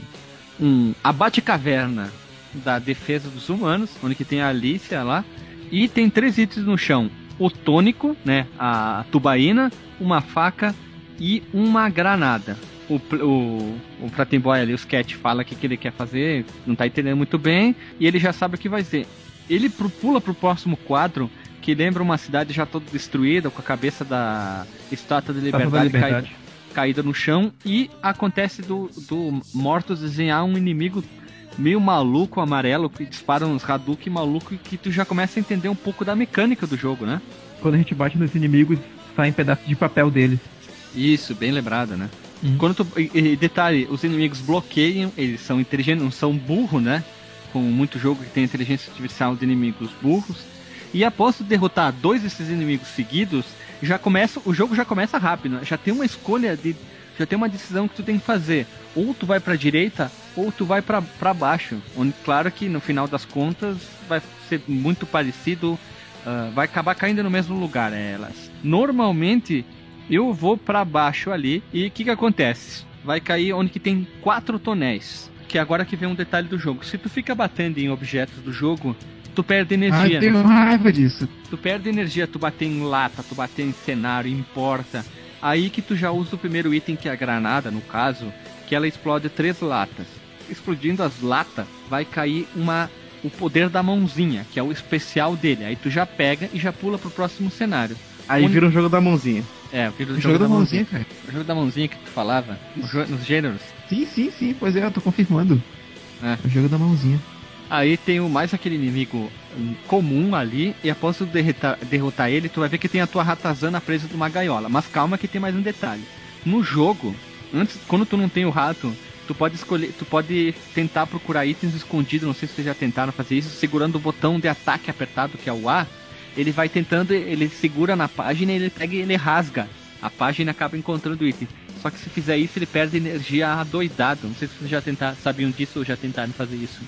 um abate-caverna da defesa dos humanos, onde que tem a Alicia lá, e tem três itens no chão. O tônico, né, a tubaína, uma faca e uma granada. O, o, o Pratem Boy ali, o Sketch, fala que o que ele quer fazer, não tá entendendo muito bem, e ele já sabe o que vai ser. Ele pula pro próximo quadro, que lembra uma cidade já toda destruída, com a cabeça da Estátua da Liberdade, Liberdade. Caída, caída no chão, e acontece do, do Mortos desenhar um inimigo meio maluco, amarelo, que dispara uns Hadouken maluco, e que tu já começa a entender um pouco da mecânica do jogo, né? Quando a gente bate nos inimigos, saem pedaços de papel deles. Isso, bem lembrado, né? Uhum. Quando tu, e, e detalhe, os inimigos bloqueiam, eles são inteligentes, não são burros, né? Com muito jogo que tem inteligência artificial de inimigos burros. E após tu derrotar dois desses inimigos seguidos, já começa, o jogo já começa rápido, né? Já tem uma escolha de... Já tem uma decisão que tu tem que fazer. Ou tu vai pra direita, ou tu vai pra, pra baixo. Onde, claro que no final das contas vai ser muito parecido, uh, vai acabar caindo no mesmo lugar, elas. Normalmente, eu vou pra baixo ali, e o que que acontece? Vai cair onde que tem quatro tonéis. Que agora que vem um detalhe do jogo. Se tu fica batendo em objetos do jogo, tu perde energia. Ah, eu tenho raiva disso. Tu perde energia, tu bater em lata, tu bater em cenário, em porta. Aí que tu já usa o primeiro item, que é a granada, no caso, que ela explode três latas. Explodindo as latas, vai cair uma, o poder da mãozinha, que é o especial dele. Aí tu já pega e já pula pro próximo cenário. Aí Onde... vira o jogo da mãozinha. É, vira o, o jogo, jogo da, da mãozinha, mãozinha, cara. O jogo da mãozinha que tu falava, nos gêneros. Sim, sim, sim, pois é, eu tô confirmando. É. O jogo da mãozinha. Aí tem o, mais aquele inimigo comum ali, e após tu derrotar, derrotar ele, tu vai ver que tem a tua ratazana presa numa gaiola. Mas calma que tem mais um detalhe. No jogo, antes, quando tu não tem o rato, tu pode escolher, tu pode tentar procurar itens escondidos, não sei se vocês já tentaram fazer isso, segurando o botão de ataque apertado, que é o A, ele vai tentando, ele segura na página e ele pega e ele rasga. A página acaba encontrando o item. Só que se fizer isso, ele perde energia adoidado. Não sei se vocês já tentaram, sabiam disso ou já tentaram fazer isso.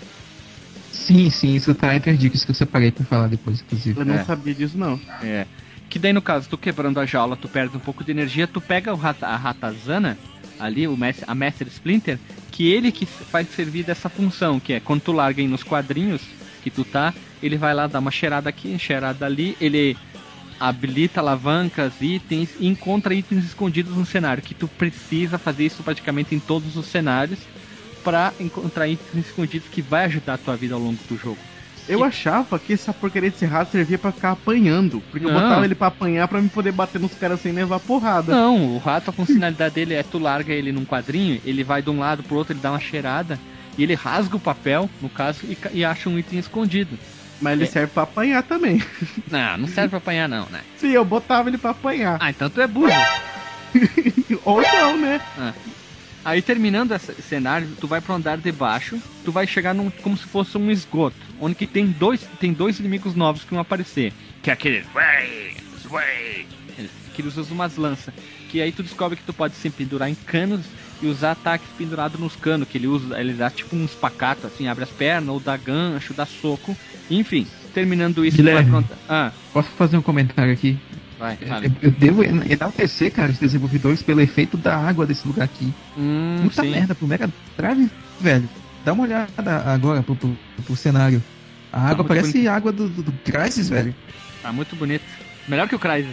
Sim, sim, isso tá entre as dicas que eu separei pra falar depois, inclusive. Eu não é. sabia disso, não. É. Que daí, no caso, tu quebrando a jaula, tu perde um pouco de energia, tu pega o rata, a ratazana, ali, o mestre, a Master Splinter, que ele que faz servir dessa função, que é quando tu larga aí nos quadrinhos que tu tá, ele vai lá dar uma cheirada aqui, cheirada ali, ele habilita alavancas, itens, e encontra itens escondidos no cenário, que tu precisa fazer isso praticamente em todos os cenários, para encontrar itens escondidos que vai ajudar a tua vida ao longo do jogo. Eu achava que essa porcaria desse rato servia pra ficar apanhando. Porque Não. eu botava ele pra apanhar pra me poder bater nos caras sem levar porrada. Não, o rato, a funcionalidade dele é tu larga ele num quadrinho, ele vai de um lado pro outro, ele dá uma cheirada, e ele rasga o papel, no caso, e, ca- e acha um item escondido. Mas ele É. serve pra apanhar também. Não, não serve pra apanhar não, né? Sim, eu botava ele pra apanhar. Ah, então tu é burro. Ou não, né? Aí terminando esse cenário, tu vai pro andar de baixo, tu vai chegar num, como se fosse um esgoto, onde que tem dois, tem dois inimigos novos que vão aparecer, que é aquele Sway, Sway, que eles usam umas lanças, que aí tu descobre que tu pode se pendurar em canos e usar ataques pendurados nos canos, que ele usa, ele dá tipo um espacato, assim, abre as pernas, ou dá gancho, dá soco, enfim, terminando isso, tu vai Guilherme. pro andar- Ah, Posso fazer um comentário aqui? vai, fala. Eu, eu devo en- enaltecer, cara, os desenvolvedores pelo efeito da água desse lugar aqui. Hum, Puta sim. merda, pro Mega Drive, velho. Dá uma olhada agora pro, pro, pro cenário. A água muito parece bonito. água do, do, do Crysis, velho. Tá muito bonito. Melhor que o Crysis.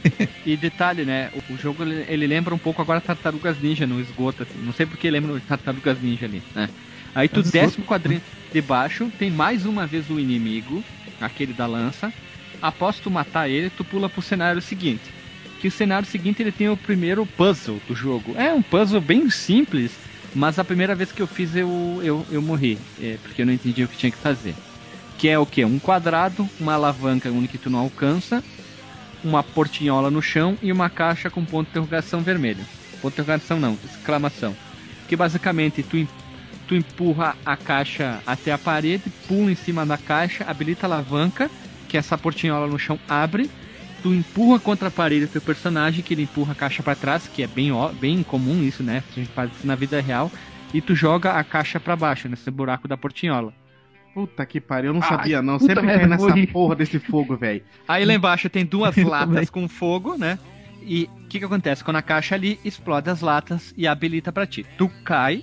E detalhe, né? O, o jogo ele, ele lembra um pouco agora Tartarugas Ninja no esgoto. Assim. Não sei porque lembra Tartarugas Ninja ali, né? Aí tu Mas desce esgoto- pro quadrinho de baixo, tem mais uma vez o inimigo, aquele da lança. Após tu matar ele, tu pula pro cenário seguinte. Que o cenário seguinte ele tem o primeiro puzzle do jogo. É um puzzle bem simples, mas a primeira vez que eu fiz eu, eu, eu morri. É, porque eu não entendi o que tinha que fazer. Que é o que? Um quadrado, uma alavanca onde que tu não alcança, uma portinhola no chão e uma caixa com ponto de interrogação vermelho. Ponto de interrogação não, exclamação. Que basicamente tu, em- tu empurra a caixa até a parede, pula em cima da caixa, habilita a alavanca, que essa portinhola no chão abre, tu empurra contra a parede o teu personagem, que ele empurra a caixa para trás, que é bem, ó- bem comum isso, né? A gente faz isso na vida real, e tu joga a caixa para baixo, nesse buraco da portinhola. Puta que pariu, eu não Ai, sabia não. puta Sempre merda, cai nessa morri. porra desse fogo, velho. Aí lá embaixo tem duas Eu latas também. com fogo, né? E o que que acontece? Quando a caixa ali explode as latas e habilita pra ti. Tu cai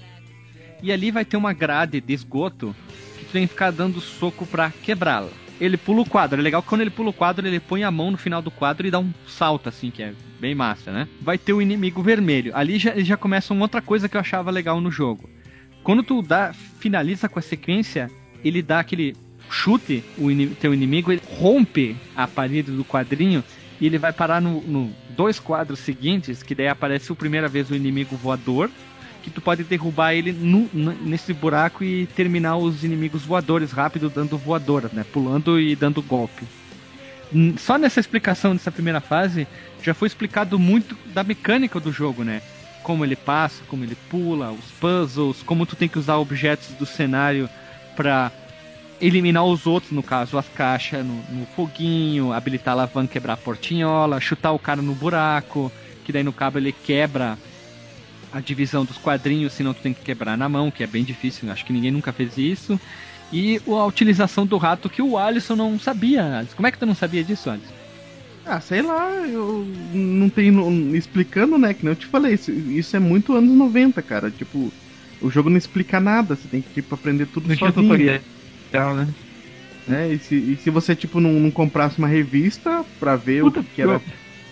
e ali vai ter uma grade de esgoto que tu tem que ficar dando soco pra quebrá-la. Ele pula o quadro. É legal que quando ele pula o quadro, ele põe a mão no final do quadro e dá um salto, assim, que é bem massa, né? Vai ter o inimigo vermelho. Ali já, já começa uma outra coisa que eu achava legal no jogo. Quando tu dá, finaliza com a sequência, ele dá aquele chute, o ini- teu inimigo, ele rompe a parede do quadrinho e ele vai parar no, no dois quadros seguintes, que daí aparece a primeira vez o inimigo voador, que tu pode derrubar ele no, no- nesse buraco e terminar os inimigos voadores rápido, dando voadoras, né? Pulando e dando golpe. Hum, Só nessa explicação dessa primeira fase, já foi explicado muito da mecânica do jogo, né? Como ele passa, como ele pula, os puzzles, como tu tem que usar objetos do cenário pra eliminar os outros, no caso as caixas no, no foguinho, habilitar a alavanca, quebrar a portinhola, chutar o cara no buraco, que daí no cabo ele quebra a divisão dos quadrinhos, senão tu tem que quebrar na mão, que é bem difícil, acho que ninguém nunca fez isso. E o- a utilização do rato que o Alisson não sabia. Alisson. Como é que tu não sabia disso, Alisson? Ah, sei lá, eu não tenho. não- explicando, né? Que nem eu te falei, isso, isso é muito anos noventa, cara. Tipo, o jogo não explica nada, você tem que tipo, aprender tudo Não tinha sozinho. tutorial, né? Né? E, se, e se você tipo não, não comprasse uma revista pra ver Puta, o que, que era.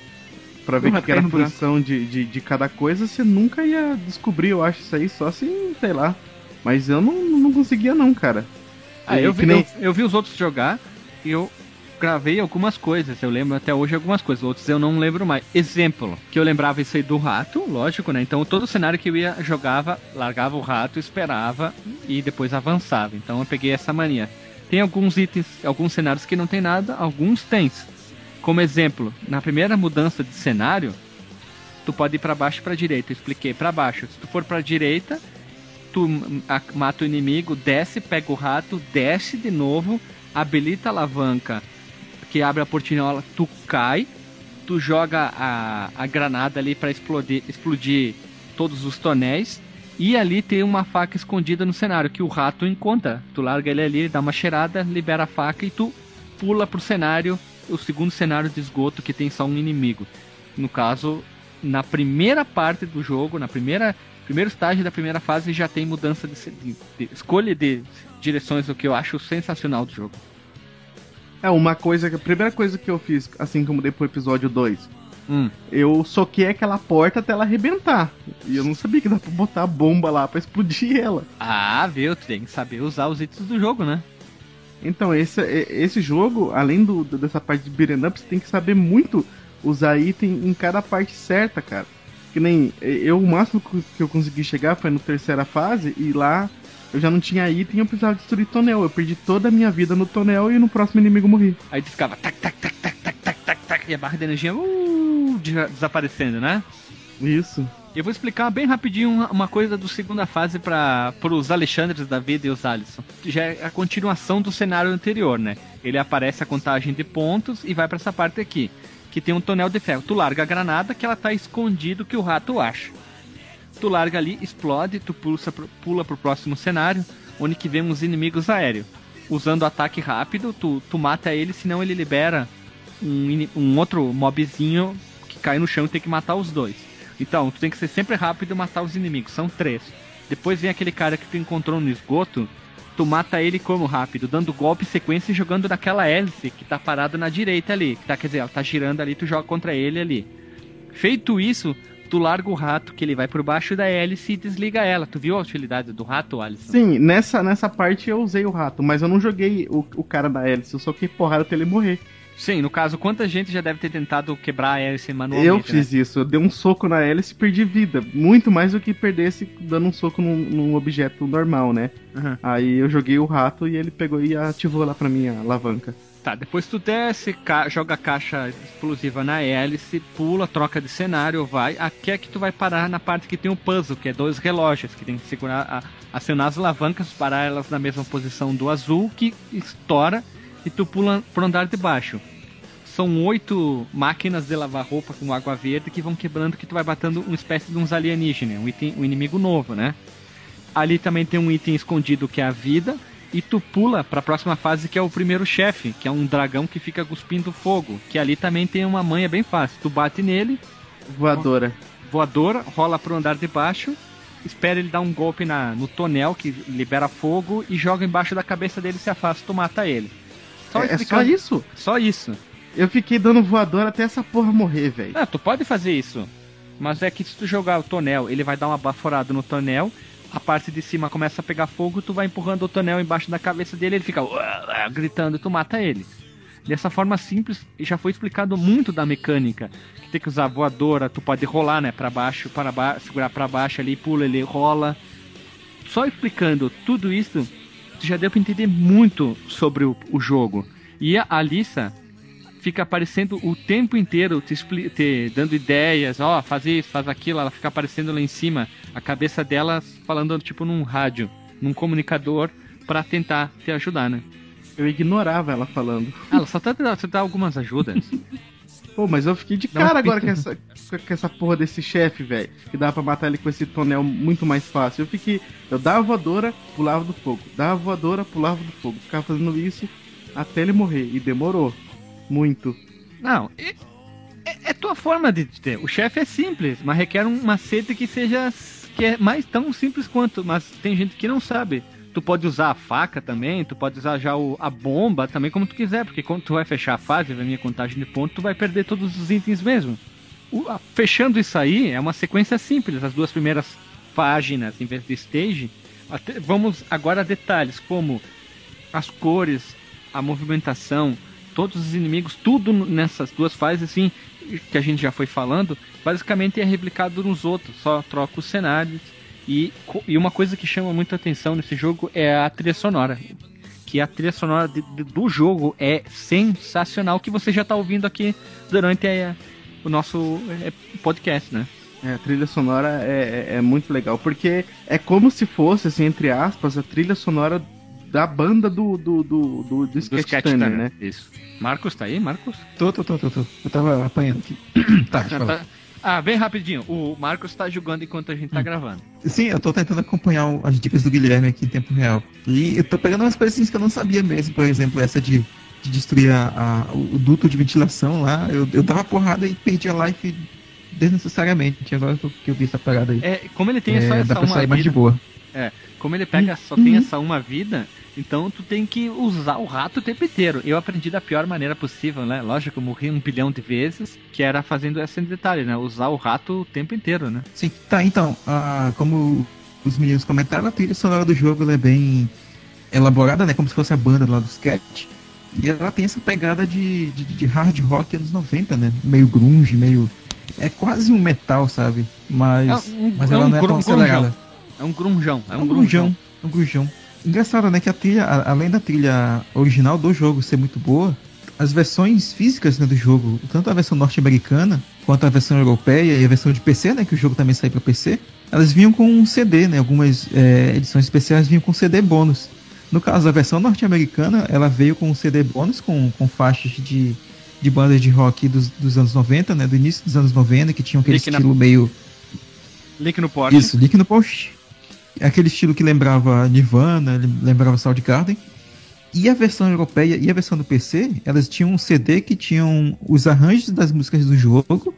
Pra ver o Porra, que, que era a caindo no buraco. função de, de, de cada coisa, você nunca ia descobrir, eu acho, isso aí só assim, sei lá. Mas eu não, não conseguia não, cara. Ah, E eu que vi, nem- eu, eu vi os outros jogar e eu gravei algumas coisas. Eu lembro até hoje algumas coisas, outros eu não lembro mais. Exemplo, que eu lembrava isso aí do rato, lógico, né? Então todo cenário que eu ia, jogava, largava o rato, esperava e depois avançava. Então eu peguei essa mania. Tem alguns itens, alguns cenários que não tem nada, alguns tem. Como exemplo, na primeira mudança de cenário, tu pode ir pra baixo e pra direita. Eu expliquei, pra baixo. Se tu for pra direita, tu m- a- mata o inimigo, desce, pega o rato, desce de novo, habilita a alavanca que abre a portinhola, tu cai, tu joga a, a granada ali pra explodir, explodir todos os tonéis, e ali tem uma faca escondida no cenário que o rato encontra. Tu larga ele ali, dá uma cheirada, libera a faca e tu pula pro cenário, o segundo cenário de esgoto que tem só um inimigo. No caso, na primeira parte do jogo, na primeira primeiro estágio da primeira fase já tem mudança de, se- de- de escolha de direções, o que eu acho sensacional do jogo. É, uma coisa, que a primeira coisa que eu fiz, assim que eu mudei pro episódio dois, Hum. eu soquei aquela porta até ela arrebentar. E eu não sabia que dá pra botar a bomba lá pra explodir ela. Ah, viu? Tu tem que saber usar os itens do jogo, né? Então, esse, esse jogo, além do, dessa parte de beat'em up, você tem que saber muito usar item em cada parte certa, cara. Que nem eu, o máximo que eu consegui chegar foi no terceira fase, e lá eu já não tinha item e eu precisava destruir tonel. Eu perdi toda a minha vida no tonel e no próximo inimigo morri. Aí tu ficava tac, tac, tac, tac, tac, tac, tac, tac, e a barra de energia uh, desaparecendo, né? Isso. Eu vou explicar bem rapidinho uma, uma coisa do segunda fase para os Alexandres da vida e os Alisson. Já é a continuação do cenário anterior, né? Ele aparece a contagem de pontos e vai para essa parte aqui, que tem um tonel de ferro. Tu larga a granada que ela tá escondido que o rato acha. Tu larga ali, explode, tu pulsa, pula pro próximo cenário, onde que vem uns inimigos aéreos. Usando ataque rápido, tu, tu mata ele, senão ele libera um, um outro mobzinho que cai no chão e tem que matar os dois. Então, tu tem que ser sempre rápido e matar os inimigos, são três. Depois vem aquele cara que tu encontrou no esgoto, tu mata ele como rápido, dando golpe, sequência e jogando naquela hélice que tá parada na direita ali. Que tá, quer dizer, ela tá girando ali, tu joga contra ele ali. Feito isso, tu larga o rato, que ele vai por baixo da hélice e desliga ela. Tu viu a utilidade do rato, Alisson? Sim, nessa, nessa parte eu usei o rato, mas eu não joguei o, o cara da hélice, eu só fiquei porrada até ele morrer. Sim, no caso, quanta gente já deve ter tentado quebrar a hélice manualmente? Eu fiz, né? Isso, eu dei um soco na hélice e perdi vida. Muito mais do que perdesse dando um soco num, num objeto normal, né? Uhum. Aí eu joguei o rato e ele pegou e ativou lá pra mim a alavanca. Tá, depois tu desce, ca- joga a caixa explosiva na hélice, pula, troca de cenário, vai. Aqui é que tu vai parar na parte que tem o puzzle, que é dois relógios, que tem que segurar, a, acionar as alavancas, parar elas na mesma posição do azul, que estoura, e tu pula pro andar de baixo. São oito máquinas de lavar roupa com água verde que vão quebrando, que tu vai batendo uma espécie de uns alienígenas, um, item, um inimigo novo, né? Ali também tem um item escondido que é a vida, e tu pula pra próxima fase, que é o primeiro chefe, que é um dragão que fica cuspindo fogo, que ali também tem uma manha bem fácil. Tu bate nele... Voadora. Voadora, rola pro andar de baixo, espera ele dar um golpe na, no tonel, que libera fogo, e joga embaixo da cabeça dele e se afasta, tu mata ele. Só é, é só isso? Só isso. Eu fiquei dando voadora até essa porra morrer, velho. Ah, tu pode fazer isso. Mas é que se tu jogar o tonel, ele vai dar uma baforada no tonel, a parte de cima começa a pegar fogo, tu vai empurrando o tonel embaixo da cabeça dele, ele fica uh, gritando e tu mata ele. Dessa forma simples, já foi explicado muito da mecânica. Que tem que usar voadora, tu pode rolar, né, pra baixo, para baixo, segurar pra baixo ali, pula, ele rola. Só explicando tudo isso, tu já deu pra entender muito sobre o, o jogo. E a Alissa fica aparecendo o tempo inteiro, te, expli- te dando ideias, ó, oh, faz isso, faz aquilo, ela fica aparecendo lá em cima, a cabeça dela falando tipo num rádio, num comunicador, pra tentar te ajudar, né? Eu ignorava ela falando. Ah, ela só tá dando tá algumas ajudas. Pô, mas eu fiquei de cara agora com essa, com essa porra desse chefe, velho, que dava pra matar ele com esse tonel muito mais fácil. Eu fiquei, eu dava voadora, pulava do fogo, dava voadora, pulava do fogo, ficava fazendo isso até ele morrer, e demorou. Muito. Não, é, é, é tua forma de ter. O chefe é simples, mas requer um macete que seja que é mais tão simples quanto, mas tem gente que não sabe. Tu pode usar a faca também, tu pode usar já o, a bomba também, como tu quiser, porque quando tu vai fechar a fase, a minha contagem de pontos, tu vai perder todos os itens mesmo. O, a, fechando isso aí, é uma sequência simples, as duas primeiras páginas, em vez de stage. Até, vamos agora a detalhes, como as cores, a movimentação, todos os inimigos, tudo nessas duas fases, assim, que a gente já foi falando, basicamente é replicado nos outros, só troca os cenários. E, e uma coisa que chama muita atenção nesse jogo é a trilha sonora. Que a trilha sonora de, de, do jogo é sensacional, que você já está ouvindo aqui durante a, o nosso é, podcast, né? É, a trilha sonora é, é, é muito legal, porque é como se fosse, assim, entre aspas, a trilha sonora da banda do, do, do, do, do Sketch Thunder, né? Isso. Marcos, tá aí, Marcos? Tô, tô, tô, tô, tô. Eu tava apanhando aqui. Tá, deixa eu falar. Ah, bem rapidinho. O Marcos tá jogando enquanto a gente tá hum. gravando. Sim, eu tô tentando acompanhar as dicas do Guilherme aqui em tempo real. E eu tô pegando umas coisinhas que eu não sabia mesmo. Por exemplo, essa de, de destruir a, a, o duto de ventilação lá. Eu, eu dava porrada e perdi a life desnecessariamente. Agora que eu, que eu vi essa parada aí. É, como ele tem é, só essa dá pra uma sair vida, mais de boa. É, como ele pega, só tem essa uma vida, então tu tem que usar o rato o tempo inteiro. Eu aprendi da pior maneira possível, né? Lógico, eu morri um bilhão de vezes, que era fazendo esse detalhe, né? Usar o rato o tempo inteiro, né? Sim, tá, então, ah, como os meninos comentaram, a trilha sonora do jogo ela é bem elaborada, né? Como se fosse a banda lá do sketch. E ela tem essa pegada de, de, de hard rock anos noventa, né? Meio grunge, meio... É quase um metal, sabe? Mas, é um, mas é ela um não é tão acelerada. É um grunjão. É É um um grunjão. grunjão. É um grunjão. Engraçado, né? Que a trilha, a, além da trilha original do jogo ser muito boa, as versões físicas, né, do jogo, tanto a versão norte-americana quanto a versão europeia e a versão de P C, né, que o jogo também saiu para P C, elas vinham com um C D, né, algumas é, edições especiais vinham com C D bônus. No caso, a versão norte-americana, ela veio com um C D bônus com, com faixas de, de bandas de rock dos, dos anos noventa, né, do início dos anos noventa, que tinham aquele Link estilo na... meio... Link no post. Isso, link no post. Aquele estilo que lembrava Nirvana, lembrava Soundgarden. E a versão europeia e a versão do P C, elas tinham um C D que tinham os arranjos das músicas do jogo,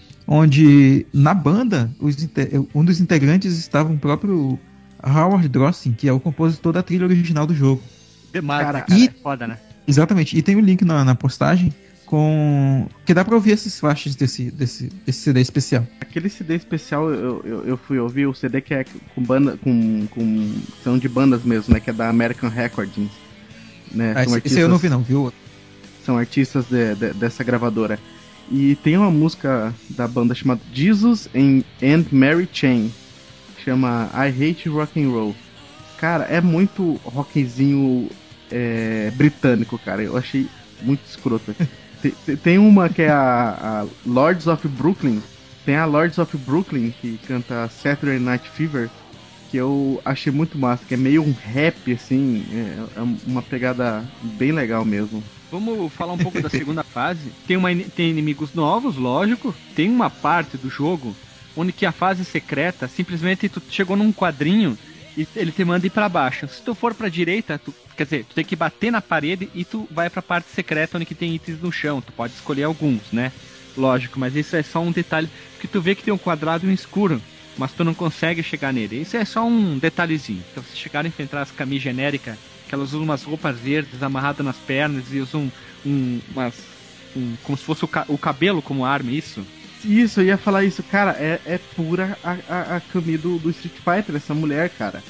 onde na banda os, um dos integrantes estava o próprio Howard Drossing, que é o compositor da trilha original do jogo. Demais, cara, e, é foda, né? Exatamente, e tem o um link na, na postagem com que dá pra ouvir esses faixas desse, desse, desse C D especial. Aquele C D especial eu, eu, eu fui ouvir, o C D que é com banda, com, com são de bandas mesmo, né, que é da American Recordings. Né, ah, esse, artistas, esse eu não vi não, viu? São artistas de, de, dessa gravadora. E tem uma música da banda chamada Jesus and Mary Chain, que chama I Hate Rock and Roll. Cara, é muito rockzinho é, britânico, cara. Eu achei muito escroto. tem, tem uma que é a, a Lords of Brooklyn. Tem a Lords of Brooklyn que canta Saturday Night Fever, que eu achei muito massa, que é meio um rap, assim, é, é uma pegada bem legal mesmo. Vamos falar um pouco da segunda fase. Tem, uma, tem inimigos novos, lógico. Tem uma parte do jogo onde que a fase secreta, simplesmente tu chegou num quadrinho e ele te manda ir pra baixo. Se tu for pra direita, tu, quer dizer, tu tem que bater na parede e tu vai pra parte secreta onde que tem itens no chão. Tu pode escolher alguns, né? Lógico, mas isso é só um detalhe, porque tu vê que tem um quadrado escuro, mas tu não consegue chegar nele. Isso é só um detalhezinho. Então, se chegar a enfrentar as camisas genéricas, que elas usam umas roupas verdes amarradas nas pernas e usam um, umas, um, como se fosse o, ca- o cabelo como arma, isso? Isso, eu ia falar isso. Cara, é, é pura a, a, a Camille do, do Street Fighter, essa mulher, cara.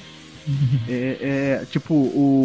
é, é tipo,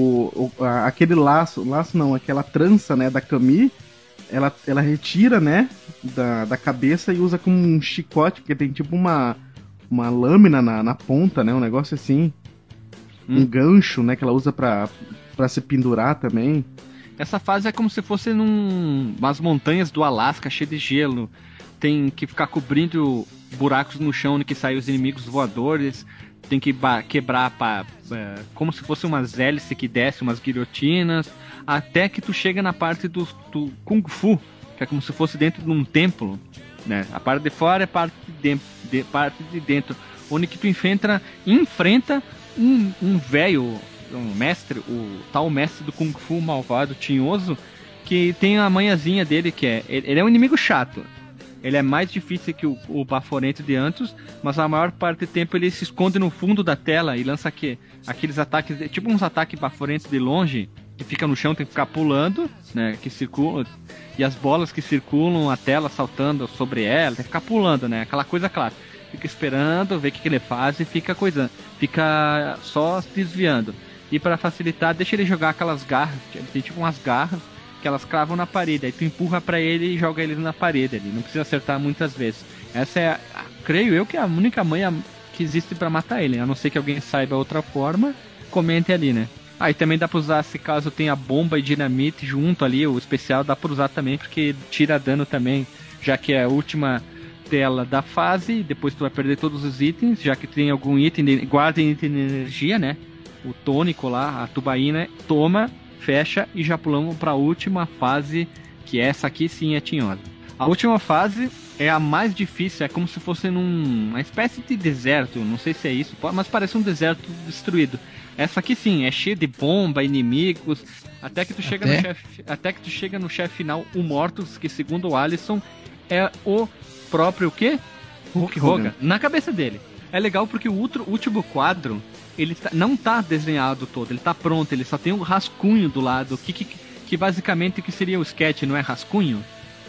o, o, a, aquele laço, laço não, aquela trança, né, da Camille, ela, ela retira, né, da, da cabeça e usa como um chicote, porque tem tipo uma... uma lâmina na, na ponta, né? Um negócio assim. Hum. Um gancho, né? Que ela usa pra, pra se pendurar também. Essa fase é como se fosse num, umas montanhas do Alasca cheias de gelo. Tem que ficar cobrindo buracos no chão onde que saem os inimigos voadores. Tem que ba- quebrar pra, é, como se fosse umas hélices que desce, umas guilhotinas. Até que tu chega na parte do, do Kung Fu, que é como se fosse dentro de um templo. Né? A parte de fora é parte de dentro, de, parte de dentro, onde que tu enfrenta, enfrenta um, um velho, um mestre, o tal mestre do Kung Fu malvado, tinhoso, que tem a manhãzinha dele, que é, ele, ele é um inimigo chato. Ele é mais difícil que o, o Baforento de Antus, mas a maior parte do tempo ele se esconde no fundo da tela e lança aqui, aqueles ataques, tipo uns ataques Baforentos de longe, que fica no chão, tem que ficar pulando, né, que circula, e as bolas que circulam a tela saltando sobre ela, tem que ficar pulando, né, aquela coisa clássica. Fica esperando, vê o que, que ele faz e fica coisando, fica só desviando. E para facilitar, deixa ele jogar aquelas garras, tem tipo umas garras que elas cravam na parede, aí tu empurra pra ele e joga ele na parede ali, não precisa acertar muitas vezes. Essa é, a, creio eu, que é a única manha que existe pra matar ele, a não ser que alguém saiba outra forma, comente ali, né. Ah, e também dá pra usar, se caso tenha bomba e dinamite junto ali, o especial dá pra usar também, porque tira dano também, já que é a última tela da fase, depois tu vai perder todos os itens, já que tem algum item, de, guarda item de energia, né, o tônico lá, a tubaína, toma, fecha e já pulamos para a última fase, que essa aqui sim é tinhosa. A última fase é a mais difícil, é como se fosse num, uma espécie de deserto, não sei se é isso, mas parece um deserto destruído. Essa aqui sim, é cheia de bomba, inimigos, até que tu chega até? no chefe, até que tu chega no chefe final, o Mortus, que segundo o Alisson é o próprio o quê? Hulk Hogan, na cabeça dele. É legal porque o outro, último quadro, ele tá, não tá desenhado todo, ele tá pronto, ele só tem um rascunho do lado, que, que, que basicamente que seria o sketch, não é rascunho?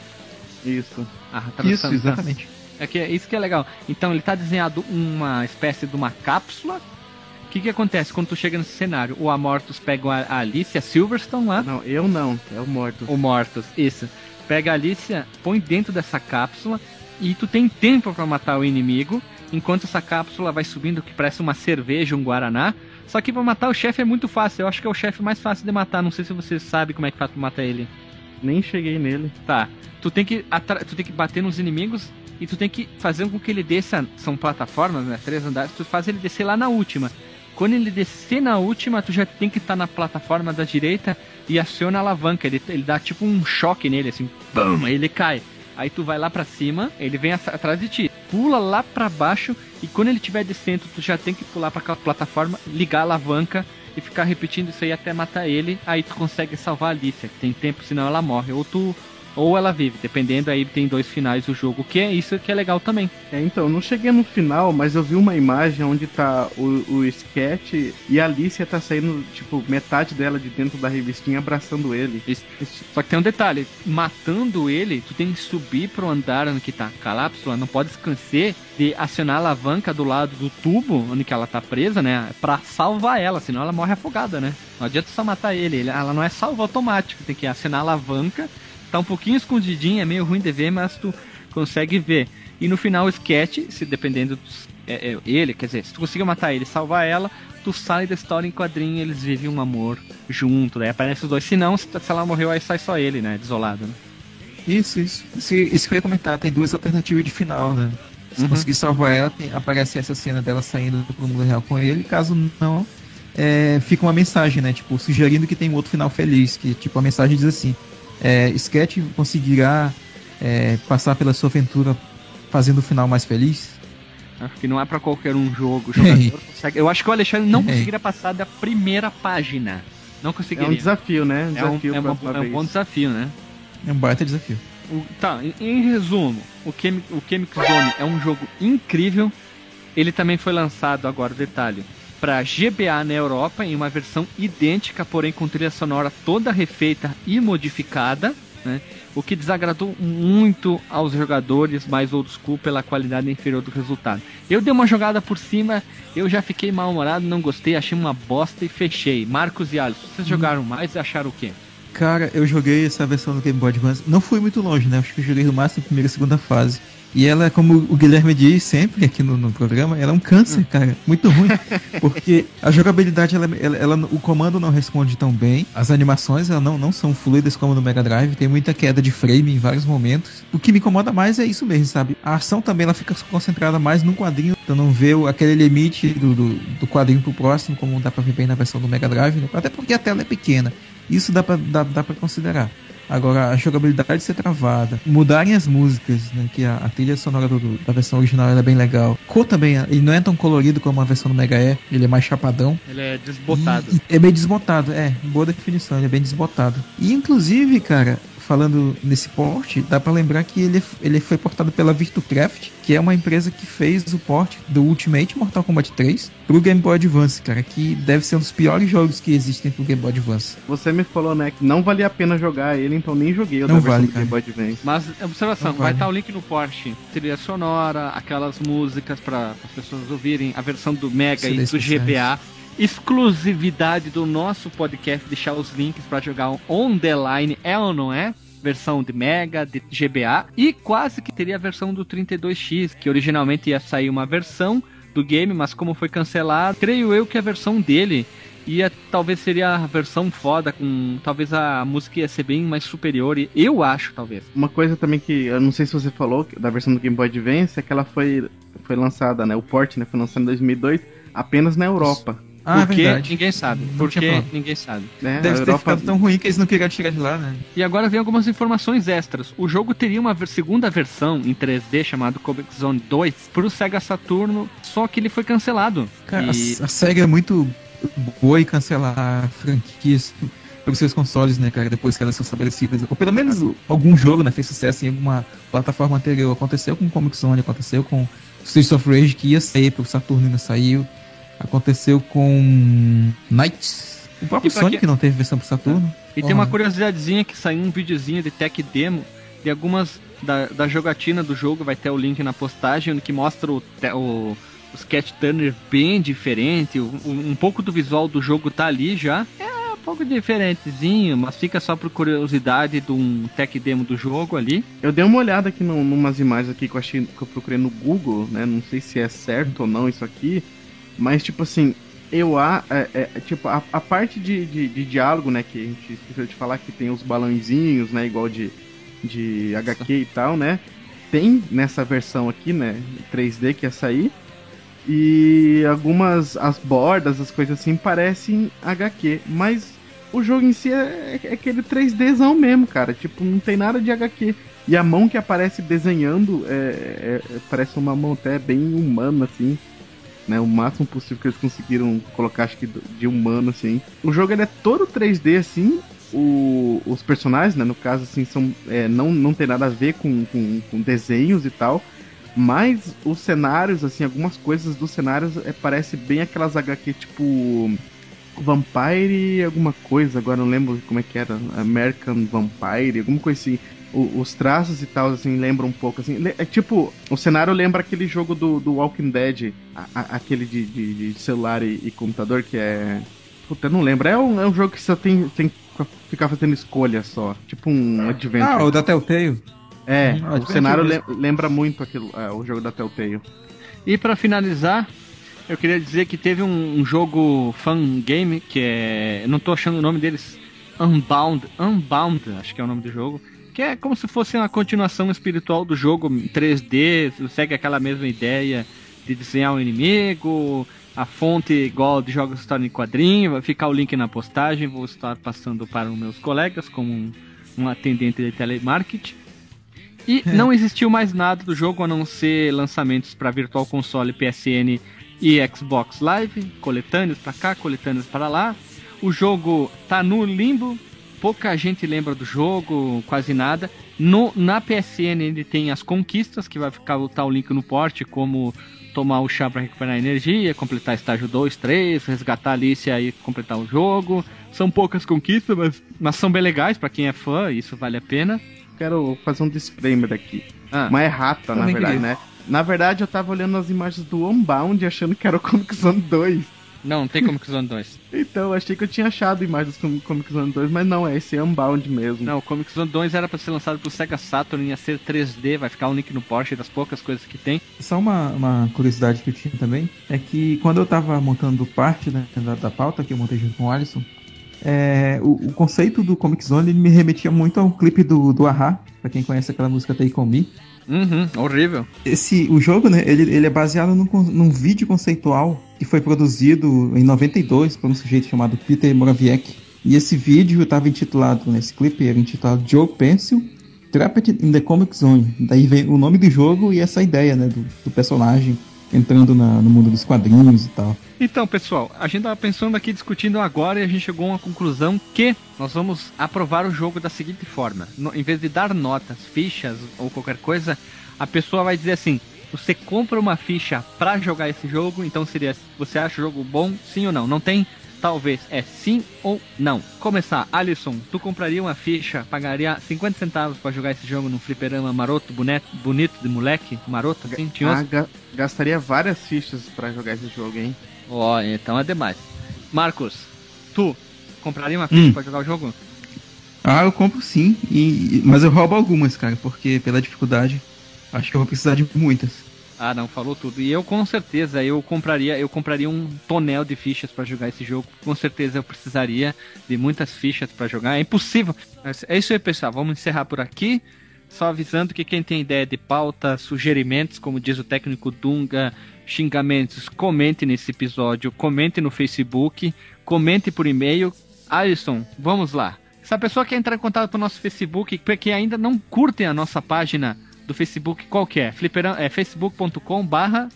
Isso. Ah, isso, exatamente. É que é isso que é legal. Então ele tá desenhado uma espécie de uma cápsula, que que que acontece quando tu chega nesse cenário? O Amortus pega a Alicia Silverstone lá. Não, eu não, é o Mortus. O Mortus, isso. Pega a Alicia, põe dentro dessa cápsula e tu tem tempo pra matar o inimigo, enquanto essa cápsula vai subindo, que parece uma cerveja, um guaraná. Só que pra matar o chefe é muito fácil, eu acho que é o chefe mais fácil de matar, não sei se você sabe como é que faz pra matar ele. Nem cheguei nele. Tá, tu tem que, atra... tu tem que bater nos inimigos e tu tem que fazer com que ele desça, são plataformas, né, três andares, tu faz ele descer lá na última. Quando ele descer na última, tu já tem que estar tá na plataforma da direita e aciona a alavanca, ele, ele dá tipo um choque nele, assim, bum, aí ele cai. Aí tu vai lá pra cima, ele vem atrás de ti, pula lá pra baixo e quando ele estiver descendo, tu já tem que pular pra aquela plataforma, ligar a alavanca e ficar repetindo isso aí até matar ele. Aí tu consegue salvar a Alicia, que tem tempo, senão ela morre. Ou tu, ou ela vive, dependendo, aí tem dois finais do jogo, que é isso que é legal também. É, então, não cheguei no final, mas eu vi uma imagem onde tá o, o Sketch e a Alicia tá saindo, tipo, metade dela de dentro da revistinha abraçando ele. Isso, isso. Só que tem um detalhe, matando ele, tu tem que subir pro andar onde que tá a cápsula, não pode esquecer de acionar a alavanca do lado do tubo, onde que ela tá presa, né, pra salvar ela, senão ela morre afogada, né. Não adianta só matar ele, ela não é salvo automático, tem que acionar a alavanca. Tá um pouquinho escondidinho, é meio ruim de ver, mas tu consegue ver. E no final o Sketch, se dependendo do, é, é, ele, quer dizer, se tu conseguir matar ele e salvar ela, tu sai da história em quadrinho e eles vivem um amor junto, daí aparece os dois. Se não, se, se ela morreu, aí sai só ele, né, desolado, né. Isso, isso. Isso, isso que eu ia comentar, tem duas alternativas de final, né. Se uhum. conseguir salvar ela, tem, aparece essa cena dela saindo pro mundo real com ele, caso não, é, fica uma mensagem, né, tipo, sugerindo que tem um outro final feliz, que tipo, a mensagem diz assim: É, Sketch conseguirá é, passar pela sua aventura fazendo o final mais feliz? Acho que não é pra qualquer um jogo. O jogador consegue... Eu acho que o Alexandre não Ei. conseguiria passar da primeira página. Não conseguiria. É um desafio, né? Um desafio é um, é uma, é um bom desafio, né? É um baita desafio. O, tá, em, em resumo, o Chemic, o Chemic Zone é um jogo incrível. Ele também foi lançado, agora detalhe, para G B A na Europa em uma versão idêntica, porém com trilha sonora toda refeita e modificada, né? O que desagradou muito aos jogadores mais old school pela qualidade inferior do resultado. Eu dei uma jogada por cima, eu já fiquei mal-humorado, não gostei, achei uma bosta e fechei. Marcos e Alisson, vocês hum. jogaram mais e acharam o quê? Cara, eu joguei essa versão do Game Boy Advance, não fui muito longe, né? Acho que eu joguei no máximo a primeira e segunda fase. E ela, como o Guilherme diz sempre aqui no, no programa, ela é um câncer, cara, muito ruim. Porque a jogabilidade, ela, ela, ela, o comando não responde tão bem, as animações ela não, não são fluidas como no Mega Drive, tem muita queda de frame em vários momentos. O que me incomoda mais é isso mesmo, sabe? A ação também ela fica concentrada mais no quadrinho, então não vê aquele limite do, do, do quadrinho pro próximo, como dá pra ver bem na versão do Mega Drive, né? Até porque a tela é pequena. Isso dá pra, dá, dá pra considerar. Agora, a jogabilidade ser travada, mudarem as músicas, né, que a, a trilha sonora do, do, da versão original ela é bem legal. Cor também, ele não é tão colorido como a versão do Mega é, ele é mais chapadão. Ele é desbotado. E, e é bem desbotado, é, boa definição, ele é bem desbotado. E inclusive, cara, falando nesse port, dá pra lembrar que ele, ele foi portado pela Virtucraft, que é uma empresa que fez o port do Ultimate Mortal Kombat três pro Game Boy Advance, cara, que deve ser um dos piores jogos que existem pro Game Boy Advance. Você me falou, né, que não valia a pena jogar ele, então nem joguei o não da vale, versão do Game Boy Advance. Mas, observação, não vai vale. estar o link no port, trilha sonora, aquelas músicas para as pessoas ouvirem, a versão do Mega e do G B A. Exclusividade do nosso podcast, deixar os links para jogar on the line, é ou não é? Versão de Mega, de G B A, e quase que teria a versão do trinta e dois X, que originalmente ia sair uma versão do game, mas como foi cancelado, creio eu que a versão dele ia, talvez seria a versão foda, com talvez a música ia ser bem mais superior, e eu acho, talvez. Uma coisa também que eu não sei se você falou da versão do Game Boy Advance é que ela foi, foi lançada, né, o port, né, foi lançado em dois mil e dois apenas na Europa. Ah, Porque verdade. ninguém sabe. Não Porque tinha ninguém sabe. Né? Deve a ter Europa... ficado tão ruim que eles não queriam tirar de lá, né? E agora vem algumas informações extras. O jogo teria uma ver- segunda versão em três D chamado Combat Zone dois pro Sega Saturno, só que ele foi cancelado. Cara, e... a, a SEGA é muito boa em cancelar franquias pelos seus consoles, né, cara, depois que elas são estabelecidas. Ou pelo menos algum jogo, né, fez sucesso em alguma plataforma anterior. Aconteceu com Comic Zone, aconteceu com Streets of Rage, que ia sair pro Saturno e não saiu. Aconteceu com Knights. O próprio Sonic que... não teve versão pro Saturno. E oh, tem uma curiosidadezinha que saiu um videozinho de tech demo de algumas da, da jogatina do jogo, vai ter o link na postagem, que mostra o, te, o, os Cat Turner bem diferente, um, um pouco do visual do jogo tá ali já. É um pouco diferentezinho, mas fica só por curiosidade de um tech demo do jogo ali. Eu dei uma olhada aqui em umas imagens aqui que eu achei, que eu procurei no Google, né? Não sei se é certo ou não isso aqui, mas tipo assim, eu a é, é, tipo a, a parte de, de, de diálogo, né? Que a gente esqueceu de falar que tem os balãozinhos, né? Igual de, de H Q e tal, né? Tem nessa versão aqui, né? três D que ia sair. E algumas, as bordas, as coisas assim, parecem H Q. Mas o jogo em si é, é aquele três Dzão mesmo, cara. Tipo, não tem nada de H Q. E a mão que aparece desenhando é, é, é, parece uma mão até bem humana, assim. Né? O máximo possível que eles conseguiram colocar, acho que de humano, assim. O jogo ele é todo três D, assim. O, os personagens, né, no caso, assim, são, é, não, não tem nada a ver com, com, com desenhos e tal. Mas os cenários, assim, algumas coisas dos cenários é, parece bem aquelas H Q tipo Vampire alguma coisa, agora não lembro como é que era, American Vampire, alguma coisa assim. O, os traços e tal, assim, lembram um pouco, assim. É tipo, o cenário lembra aquele jogo do, do Walking Dead, a, a, aquele de, de, de celular e, e computador que é... Puta, eu não lembro. É um, é um jogo que você tem, tem que ficar fazendo escolha só. Tipo um Adventure. Ah, o da Telltale. É, Hum, o Adventure cenário mesmo. le- lembra muito aquilo, é, o jogo da Telltale. E pra finalizar, eu queria dizer que teve um, um jogo fan game, que é... Eu não tô achando o nome deles. Unbound. Unbound, acho que é o nome do jogo. Que é como se fosse uma continuação espiritual do jogo em três D. Segue aquela mesma ideia de desenhar um inimigo... A fonte igual de jogos de história em quadrinho, vai ficar o link na postagem, vou estar passando para os meus colegas como um, um atendente de telemarketing. E é. Não existiu mais nada do jogo a não ser lançamentos para Virtual Console, P S N e Xbox Live, coletâneos para cá, coletâneos para lá. O jogo tá no limbo, pouca gente lembra do jogo, quase nada. No, na P S N ele tem as conquistas, que vai ficar tá o link no porte, como... tomar o chá para recuperar energia, completar estágio dois, três, resgatar a Alicia e completar o jogo. São poucas conquistas, mas, mas são bem legais para quem é fã, isso vale a pena. Quero fazer um disclaimer aqui. Ah, uma errata, na verdade, queria. né? Na verdade, eu tava olhando as imagens do Unbound achando que era o Comic Zone dois. Não, não tem Comic Zone dois. Então, eu achei que eu tinha achado imagens do Comic Zone dois, mas não, é esse Unbound mesmo. Não, o Comic Zone dois era pra ser lançado pro Sega Saturn, ia ser três D, vai ficar um link no Porsche das poucas coisas que tem. Só uma, uma curiosidade que eu tinha também, é que quando eu tava montando parte, né, da, da pauta que eu montei junto com o Alisson, é, o, o conceito do Comic Zone ele me remetia muito ao clipe do, do A-ha, pra quem conhece aquela música Take On Me. Uhum, horrível. Esse, o jogo, né, ele, ele é baseado num, num vídeo conceitual que foi produzido em noventa e dois por um sujeito chamado Peter Morawiecki. E esse vídeo estava intitulado, nesse clipe, era intitulado Joe Pencil, Trapped in the Comic Zone. Daí vem o nome do jogo e essa ideia, né, do, do personagem entrando na, no mundo dos quadrinhos e tal. Então, pessoal, a gente estava pensando aqui, discutindo agora, e a gente chegou a uma conclusão que nós vamos aprovar o jogo da seguinte forma. No, em vez de dar notas, fichas ou qualquer coisa, a pessoa vai dizer assim, você compra uma ficha pra jogar esse jogo, então seria, você acha o jogo bom, sim ou não? Não tem, talvez, é sim ou não. Começar, Alisson, tu compraria uma ficha, pagaria cinquenta centavos pra jogar esse jogo num fliperama maroto, boneto, bonito de moleque, maroto, assim, ah, ga- gastaria várias fichas pra jogar esse jogo, hein? Ó, oh, então é demais. Marcos, tu compraria uma ficha hum. pra jogar o jogo? Ah, eu compro sim, e, mas eu roubo algumas, cara, porque pela dificuldade, acho que eu vou precisar de muitas. Ah, não, falou tudo. E eu com certeza, eu compraria, eu compraria um tonel de fichas pra jogar esse jogo. Com certeza eu precisaria de muitas fichas pra jogar. É impossível. É isso aí, pessoal. Vamos encerrar por aqui. Só avisando que quem tem ideia de pauta, sugerimentos, como diz o técnico Dunga, xingamentos, comente nesse episódio, comente no Facebook, comente por e-mail. Alisson, vamos lá. Se a pessoa quer entrar em contato com o nosso Facebook, porque ainda não curtem a nossa página do Facebook, qual que é? Fliperam, é facebook ponto com barra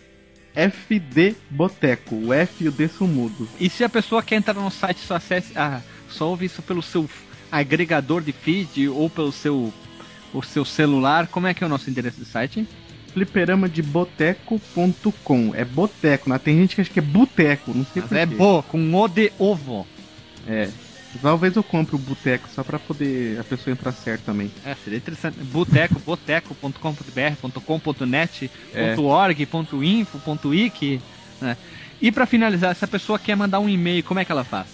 F D Boteco, o F e o D são mudo. E se a pessoa quer entrar no site, só acesse, ah, só ouve isso pelo seu agregador de feed ou pelo seu, o seu celular, como é que é o nosso endereço do site? fliperama de boteco ponto com. É boteco, né? Tem gente que acha que é boteco, não sei Mas por é quê. bo, com o de ovo. É. Talvez eu compre o boteco só pra poder a pessoa entrar certo também. É, seria interessante. Boteco, boteco ponto com ponto b r, .com ponto net, É. .org, .info, .wiki, né? E pra finalizar, se a pessoa quer mandar um e-mail, como é que ela faz?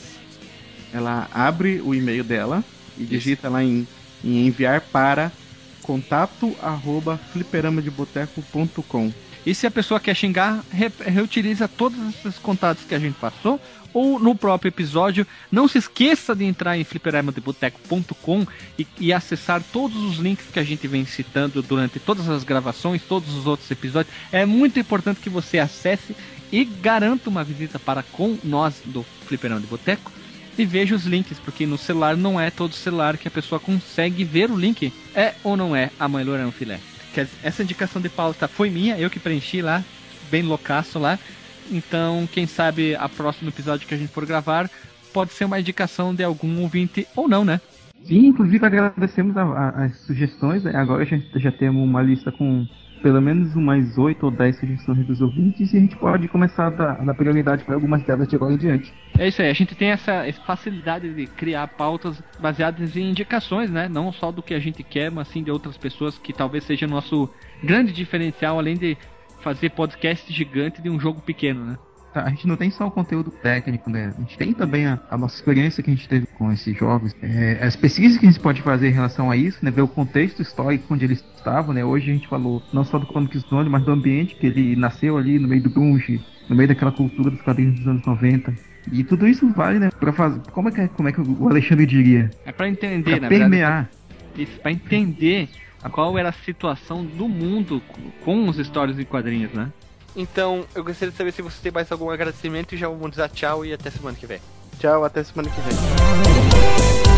Ela abre o e-mail dela e digita lá em, em enviar para contato arroba fliperamadeboteco ponto com. E se a pessoa quer xingar, re- reutiliza todos esses contatos que a gente passou, ou no próprio episódio. Não se esqueça de entrar em fliperamadeboteco ponto com e, e acessar todos os links que a gente vem citando durante todas as gravações, todos os outros episódios. É muito importante que você acesse e garanta uma visita para com nós do Fliperama de Boteco e veja os links, porque no celular não é todo celular que a pessoa consegue ver o link. É ou não é a Mãe Loura é um filé? Quer dizer, essa indicação de pauta foi minha, eu que preenchi lá, bem loucaço lá. Então, quem sabe a próximo episódio que a gente for gravar pode ser uma indicação de algum ouvinte ou não, né? Sim, inclusive agradecemos a, a, as sugestões. Né? Agora a gente já temos uma lista com pelo menos umas oito ou dez sugestões dos ouvintes e a gente pode começar a dar, a dar prioridade para algumas delas de agora em diante. É isso aí, a gente tem essa, essa facilidade de criar pautas baseadas em indicações, né? Não só do que a gente quer, mas sim de outras pessoas, que talvez seja nosso grande diferencial, além de fazer podcast gigante de um jogo pequeno, né? Tá, a gente não tem só o conteúdo técnico, né? A gente tem também a, a nossa experiência que a gente teve com esses jogos, é, as pesquisas que a gente pode fazer em relação a isso, né? Ver o contexto histórico onde eles estavam, né? Hoje a gente falou não só do Comic Zone, mas do ambiente que ele nasceu ali no meio do grunge, no meio daquela cultura dos quadrinhos dos anos noventa. E tudo isso vale, né? Pra fazer, como é que, como é que o Alexandre diria? É pra entender, Pra na permear. verdade. Isso, pra entender qual era a situação do mundo com os histórias e quadrinhos, né? Então, eu gostaria de saber se você tem mais algum agradecimento e já vamos dizer tchau e até semana que vem. Tchau, até semana que vem.